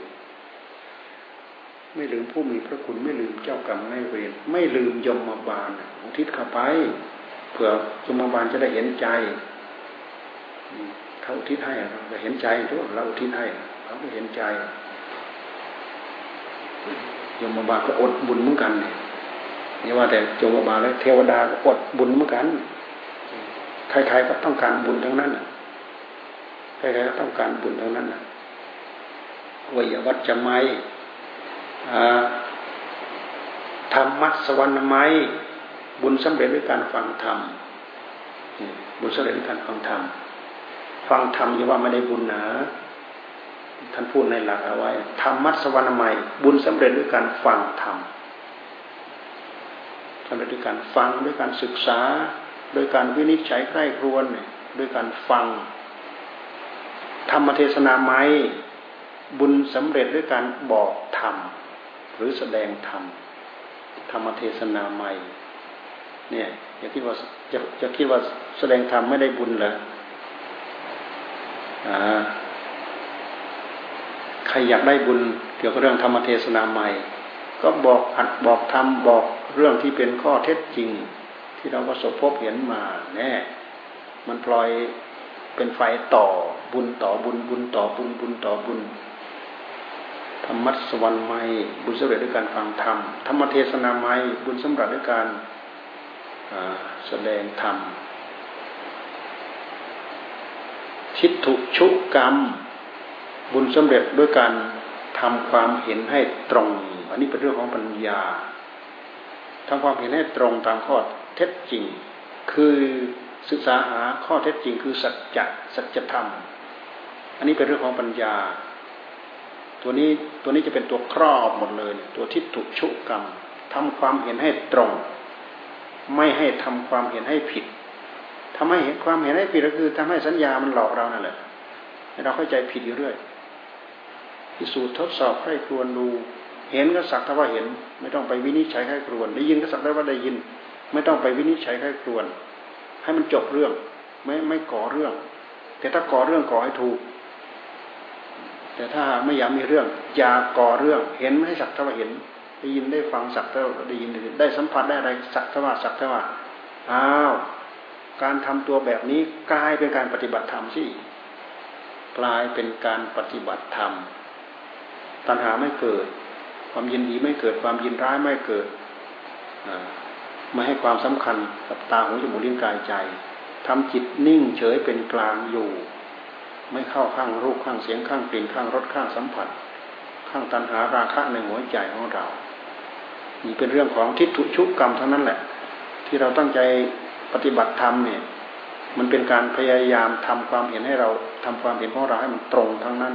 Speaker 1: ไม่ลืมผู้มีพระคุณไม่ลืมเจ้ากรรมนายเวรไม่ลืมยมบาลอุทิศเข้าไปเผื่อยมบาลจะได้เห็นใจเขาอุทิศให้เราจะเห็นใจทุกเราอุทิศให้เขาก็เห็นใจยมบาลก็อดบุญเหมือนกันเนี่ยนี่ว่าแต่ยมบาลแล้วเทวดาก็อดบุญเหมือนกันใครๆก็ต้องการบุญทั้งนั้นใครๆก็ต้องการบุญทั้งนั้นวัยวัจจะไมธรรมัสวรรณไมบุญสำเร็จด้วยการฟังธรรมบุญสำเร็จด้วยการฟังธรรมฟังธรรมอย่าว่าไม่ได้บุญนะท่านพูดในหลักเอาไว้ธรรมัสวรรณไมบุญสำเร็จด้วยการฟังธรรมสำเร็จด้วยการฟังด้วยการศึกษาโดยการวินิจฉัยใกล้ครวนด้วยการฟังธรรมเทศนาไม้บุญสำเร็จด้วยการบอกธรรมหรือแสดงธรรมธรรมเทศนาไม้เนี่ยอย่าคิดว่าจะจะคิดว่าแสดงธรรมไม่ได้บุญเหรออ่าใครอยากได้บุญเกี่ยวกับเรื่องธรรมเทศนาไม้ก็บอกอัดบอกธรรมบอกเรื่องที่เป็นข้อเท็จจริงที่เราประสบพบเห็นมาแน่มันปล่อยเป็นไฟต่อบุญต่อบุญบุญต่อบุญบุญต่อบุญธรรมัสวรรณไมบุญสำเร็จด้วยการฟังธรรมธรรมเทศนาไมบุญสำเร็จด้วยการแสดงธรรมทิฏฐุชุกรรมบุญสำเร็จด้วยการทำความเห็นให้ตรงอันนี้เป็นเรื่องของปัญญาทำความเห็นให้ตรงตามข้อเท็จจริงคือศึกษาหาข้อเท็จจริงคือสัจจะสัจธรรมอันนี้เป็นเรื่องของปัญญาตัวนี้ตัวนี้จะเป็นตัวครอบหมดเลยตัวทิฏฐุชุกรรมทำความเห็นให้ตรงไม่ให้ทำความเห็นให้ผิดทำให้เห็นความเห็นให้ผิดก็คือทำให้สัญญามันหลอกเรานั่นแหละให้เราเข้าใจผิดอยู่เรื่อยพิสูจน์ทดสอบให้ครวญดูเห็นก็สักแต่ว่าเห็นไม่ต้องไปวินิจฉัยให้ครวญได้ยินก็สักแต่ว่าได้ยินไม่ต้องไปวินิจฉัยให้ครวญให้มันจบเรื่องไม่ไม่ก่อเรื่องแต่ถ้าก่อเรื่องก่อให้ถูกแต่ถ้าไม่อยากมีเรื่องอย่าก่อเรื่องเห็นให้สักแต่ว่าเห็นได้ยินได้ฟังสักแต่ว่าได้ยินได้สัมผัสได้อะไรสักแต่ว่าสักแต่ว่าอ้าวการทำตัวแบบนี้กลายเป็นการปฏิบัติธรรมสิกลายเป็นการปฏิบัติธรรมตัณหาไม่เกิดความยินดีไม่เกิดความยินร้ายไม่เกิดไม่ให้ความสำคัญกับตาหูจมูกลิ้นกายใจทำจิตนิ่งเฉยเป็นกลางอยู่ไม่เข้าข้างรูปข้างเสียงข้างกลิ่นข้างรสข้างสัมผัสข้างตัณหาราคะในหัวใจของเรานี่เป็นเรื่องของทิฏฐุชุกรรมเท่านั้นแหละที่เราตั้งใจปฏิบัติธรรมเนี่ยมันเป็นการพยายามทำความเห็นให้เราทำความเห็นของเราให้มันตรงทั้งนั้น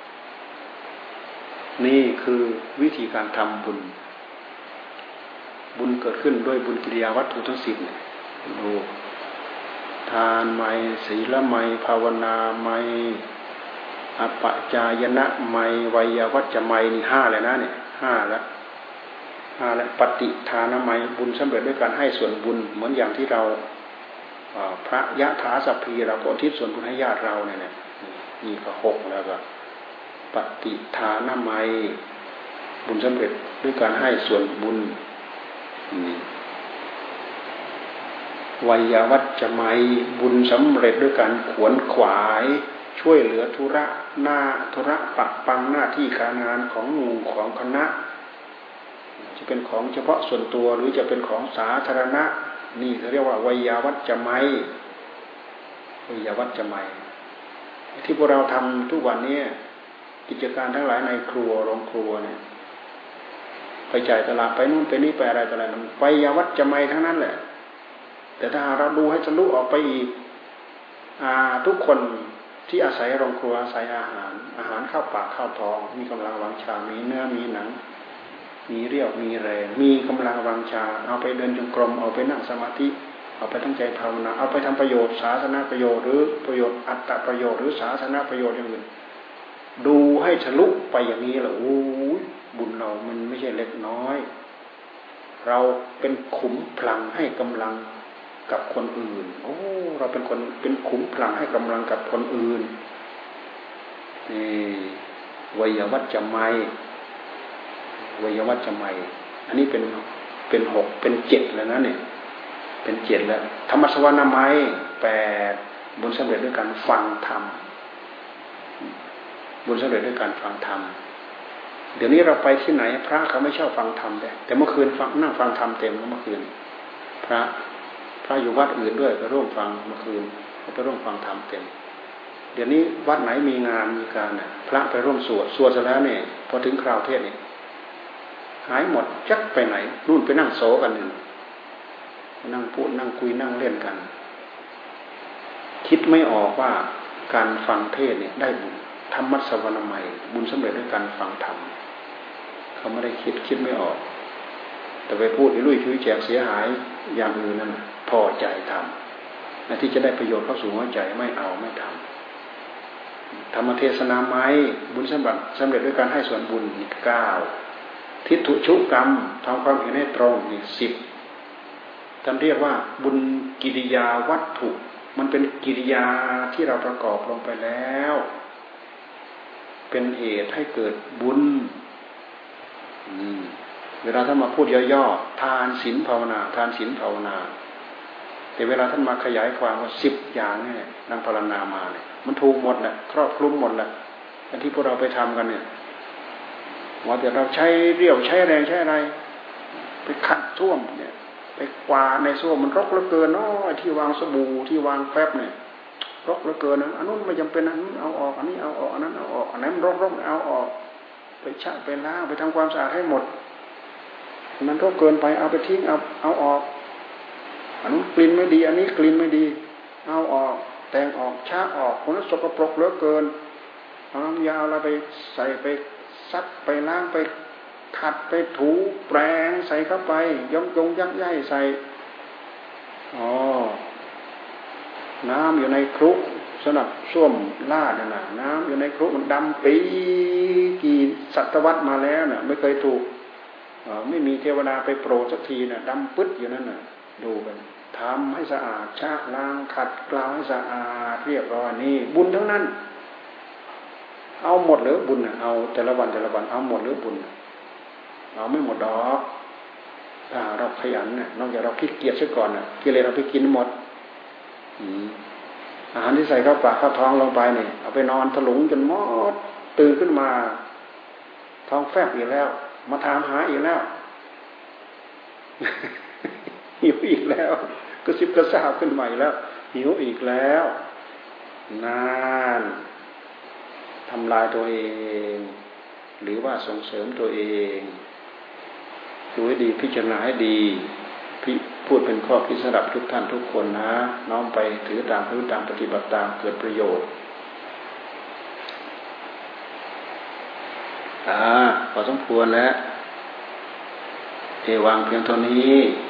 Speaker 1: นี่คือวิธีการทำบุญบุญเกิดขึ้นด้วยบุญกิริยาวัตถุทั้งสิบเนี่ยดูทานไมศีลไมภาวนาไมอปจายนะไมวัยวัจจะไมนี่ห้าเลยนะเนี่ยห้าแล้วห้าแล้วปฏิทานไมบุญสำเร็จด้วยการให้ส่วนบุญเหมือนอย่างที่เราพระยะถาสัพพีเราก็อุทิศส่วนบุญให้ญาติเราเนี่ยนี่ก็หกแล้วก็ปฏิทานไมบุญสำเร็จด้วยการให้ส่วนบุญวัยวัจจะไมบุญสำเร็จด้วยการขวนขวายช่วยเหลือธุระหน้าธุระปักปังหน้าที่การงานของหมู่ของคณะจะเป็นของเฉพาะส่วนตัวหรือจะเป็นของสาธารณะนี่เขาเรียกว่าวัยวัจจะไมวัยวัจจะไมที่พวกเราทำทุกวันนี้กิจการทั้งหลายในครัวโรงครัวเนี่ยไปจ่ายตลาดไปนู่นไปนี่ไปอะไรต่ออะไรมันไปยาวัดจะไม่ทั้งนั้นแหละแต่ถ้าเราดูให้ทะลุออกไปอีกทุกคนที่อาศัยโรงครัวอาศัยอาหารอาหารเข้าปากเข้าท้องมีกำลังวังชามีเนื้อมีหนังมีเรี่ยวมีแรงมีกำลังวังชาเอาไปเดินจงกรมเอาไปนั่งสมาธิเอาไปตั้งใจภาวนาเอาไปทำประโยชน์ศาสนาประโยชน์หรือประโยชน์อัตตประโยชน์หรือศาสนาประโยชน์อย่างอื่นดูให้ทะลุไปอย่างนี้แหละโอ้ยบุญเรามันไม่ใช่เล็กน้อยเราเป็นขุมพลังให้กำลังกับคนอื่นโอ้เราเป็นคนเป็นขุมพลังให้กำลังกับคนอื่นนี่วัยวัจจะไมวัยวัจจะไมอันนี้เป็นเป็นหกเป็นเจ็ดแล้วนะเนี่ยเป็นเจ็ดแล้วธรรมสวรรค์ไมแปดบุญสำเร็จด้วยการฟังธรรมบุญสำเร็จด้วยการฟังธรรมเดี๋ยวนี้เราไปที่ไหนพระเขาไม่ชอบฟังธรรมเลยแต่เมื่อคืนฟังนั่งฟังธรรมเต็มแล้วเมื่อคืนพระพระอยู่วัดอื่นด้วยไปร่วมฟังเมื่อคืนเขาไปร่วมฟังธรรมเต็มเดี๋ยวนี้วัดไหนมีงานมีการเนี่ยพระไปร่วมสวดสวดเสร็จแล้วเนี่ยพอถึงคราวเทศเนี่ยหายหมดจักไปไหนนู่นไปนั่งโซกันหนึ่งนั่งพูดนั่งคุยนั่งเล่นกันคิดไม่ออกว่าการฟังเทศเนี่ยได้บุญธรรมะสวรรค์ใหม่บุญสำเร็จด้วยการฟังธรรมเขาไม่ได้คิดคิดไม่ออกแต่ไปพูดลุยชุยแจกเสียหายอย่างอื่นนั่นพอใจทำที่จะได้ประโยชน์เข้าสู่หัวใจไม่เอาไม่ทำธรรมเทศนาไม้บุญสำเร็จสำเร็จด้วยการให้ส่วนบุญอีกเก้าทิฏฐุชุกรรมทำความเห็นให้ตรงอีกสิบท่านเรียกว่าบุญกิริยาวัตถุมันเป็นกิริยาที่เราประกอบลงไปแล้วเป็นเหตุให้เกิดบุญเวลาท่านมาพูดย่อๆทานศีลภาวนาทานศีลภาวนาแต่เวลาท่านมาขยายความว่าสิบอย่างนี่นางพารณามาเนี่ยมันถูกหมดแหละครอบคลุมหมดแหละอันที่พวกเราไปทำกันเนี่ยว่าแต่เราใช้เรี่ยวใช้แรงใช้อะไรไปขัดท่วมเนี่ยไปกวาดในส้วมมันรกเหลือเกินเนาะที่วางสบู่ที่วางแป๊บเนี่ยรกเหลือเกินนะอันนู้นไม่จำเป็นอันนู้นเอาออกอันนี้เอาออกอันนั้นเอาออกอันนั้นรกรกเอาออกไปชะไปล้างไปทำความสะอาดให้หมดอันนั้นรกเกินไปเอาไปทิ้งเอาเอาออกอันนู้นกลิ่นไม่ดีอันนี้กลิ่นไม่ดีเอาออกแต่งออกชะออกคนนั้นสกปรกเหลือเกินเอาน้ำยาอะไรไปใส่ไปซักไปล้างไปขัดไปถูแปรงใส่เข้าไปย่อมยงยักย่ายใส่อ๋อน้ำอยู่ในครุสำหรับส้วมลาดน่ะน้ำอยู่ในครุมันดำปีกี่ศตวรรษมาแล้วน่ะไม่เคยถูกไม่มีเทวดาไปโปรดสักทีน่ะดำปึ๊ดอยู่นั่นน่ะดูกันทำให้สะอาดชะล้างขัดเกลาให้สะอาดเรียบร้อยนี่บุญทั้งนั้นเอาหมดหรือบุญน่ะเอาแต่ละวันแต่ละวันเอาหมดหรือบุญเอาไม่หมดดอกถ้าเราขยันน่ะนอกจากเราขี้เกียจซะก่อนน่ะกิเลสเราไปกินหมดอาหารที่ใส่เข้าปากเข้าท้องลงไปเนี่ยเอาไปนอนถลุงจนหมดตื่นขึ้นมาท้องแฟบอีกแล้วมาถามหาอีกแล้วหิวอีกแล้วกระซิบกระซาบขึ้นใหม่แล้วหิวอีกแล้วนานทำลายตัวเองหรือว่าส่งเสริมตัวเองดูให้ดีพิจารณาให้ดีพูดเป็นข้อคิดสำหรับทุกท่านทุกคนนะน้อมไปถือตามถือตามปฏิบัติตามเกิดประโยชน์อ่าพอสมควรแล้วเอวังเพียงเท่านี้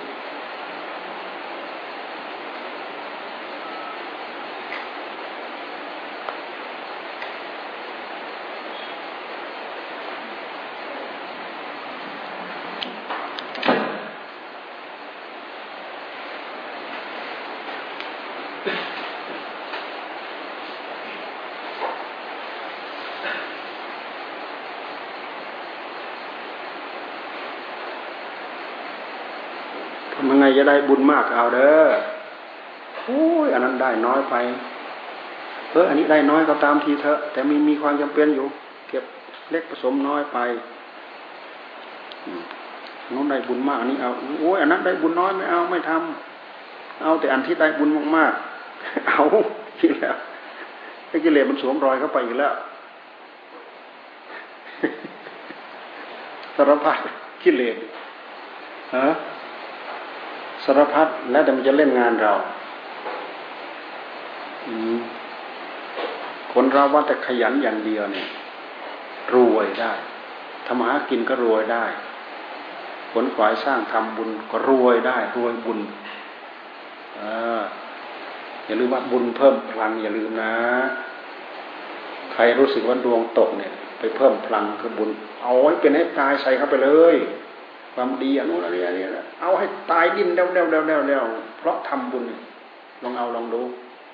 Speaker 1: มันไงจะได้บุญมากเอาเด้อโอ้ยอันนั้นได้น้อยไปเอออันนี้ได้น้อยก็ตามทีเถอะแต่มีมีความจำเป็นอยู่เก็บเล็กผสมน้อยไปน้องได้บุญมากอันนี้เอาโอ้ยอันนั้นได้บุญน้อยไม่เอาไม่ทำเอาแต่อันที่ได้บุญมากๆเอาอีกแล้วไอ้กิเลสมันสวมรอยเข้าไปอีกแล้วสารพัดกิเลสฮะสารพัดแล้วแต่มันจะเล่นงานเราคนเราว่าแต่ขยันอย่างเดียวเนี่ยรวยได้ทำหากินก็รวยได้ขนขวายสร้างทำบุญก็รวยได้รวยบุญอย่าลืมว่าบุญเพิ่มพลังอย่าลืมนะใครรู้สึกว่าดวงตกเนี่ยไปเพิ่มพลังคือบุญเอาไว้เป็นให้ตายใส่เข้าไปเลยความดีอันนู้นอันนี้อันนี้เอาให้ตายดิ้นเด้วเด้วเด้วเด้วเด้วเพราะทำบุญลองเอาลองดู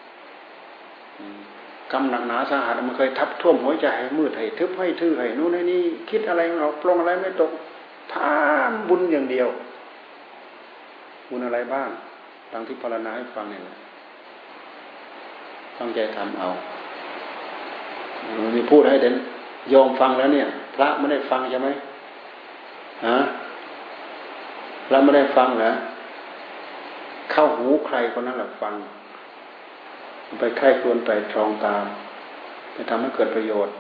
Speaker 1: กำหนักหนาสาหัสมันเคยทับท่วมหัวใจให้มืดให้ทึบให้ทื่อให้นู้นให้นี่คิดอะไรเราปรงอะไรไม่ตกทำบุญอย่างเดียวบุญอะไรบ้างดังที่พรรณนาให้ฟังเนี่ยตั้งใจทำเอามีพูดให้เด่นโยมฟังแล้วเนี่ยพระไม่ได้ฟังใช่ไหมฮะพระไม่ได้ฟังเหรอเข้าหูใครคนนั้นแหละฟังไปใคร่ครวญไตรตรองตามไปทำให้เกิดประโยชน์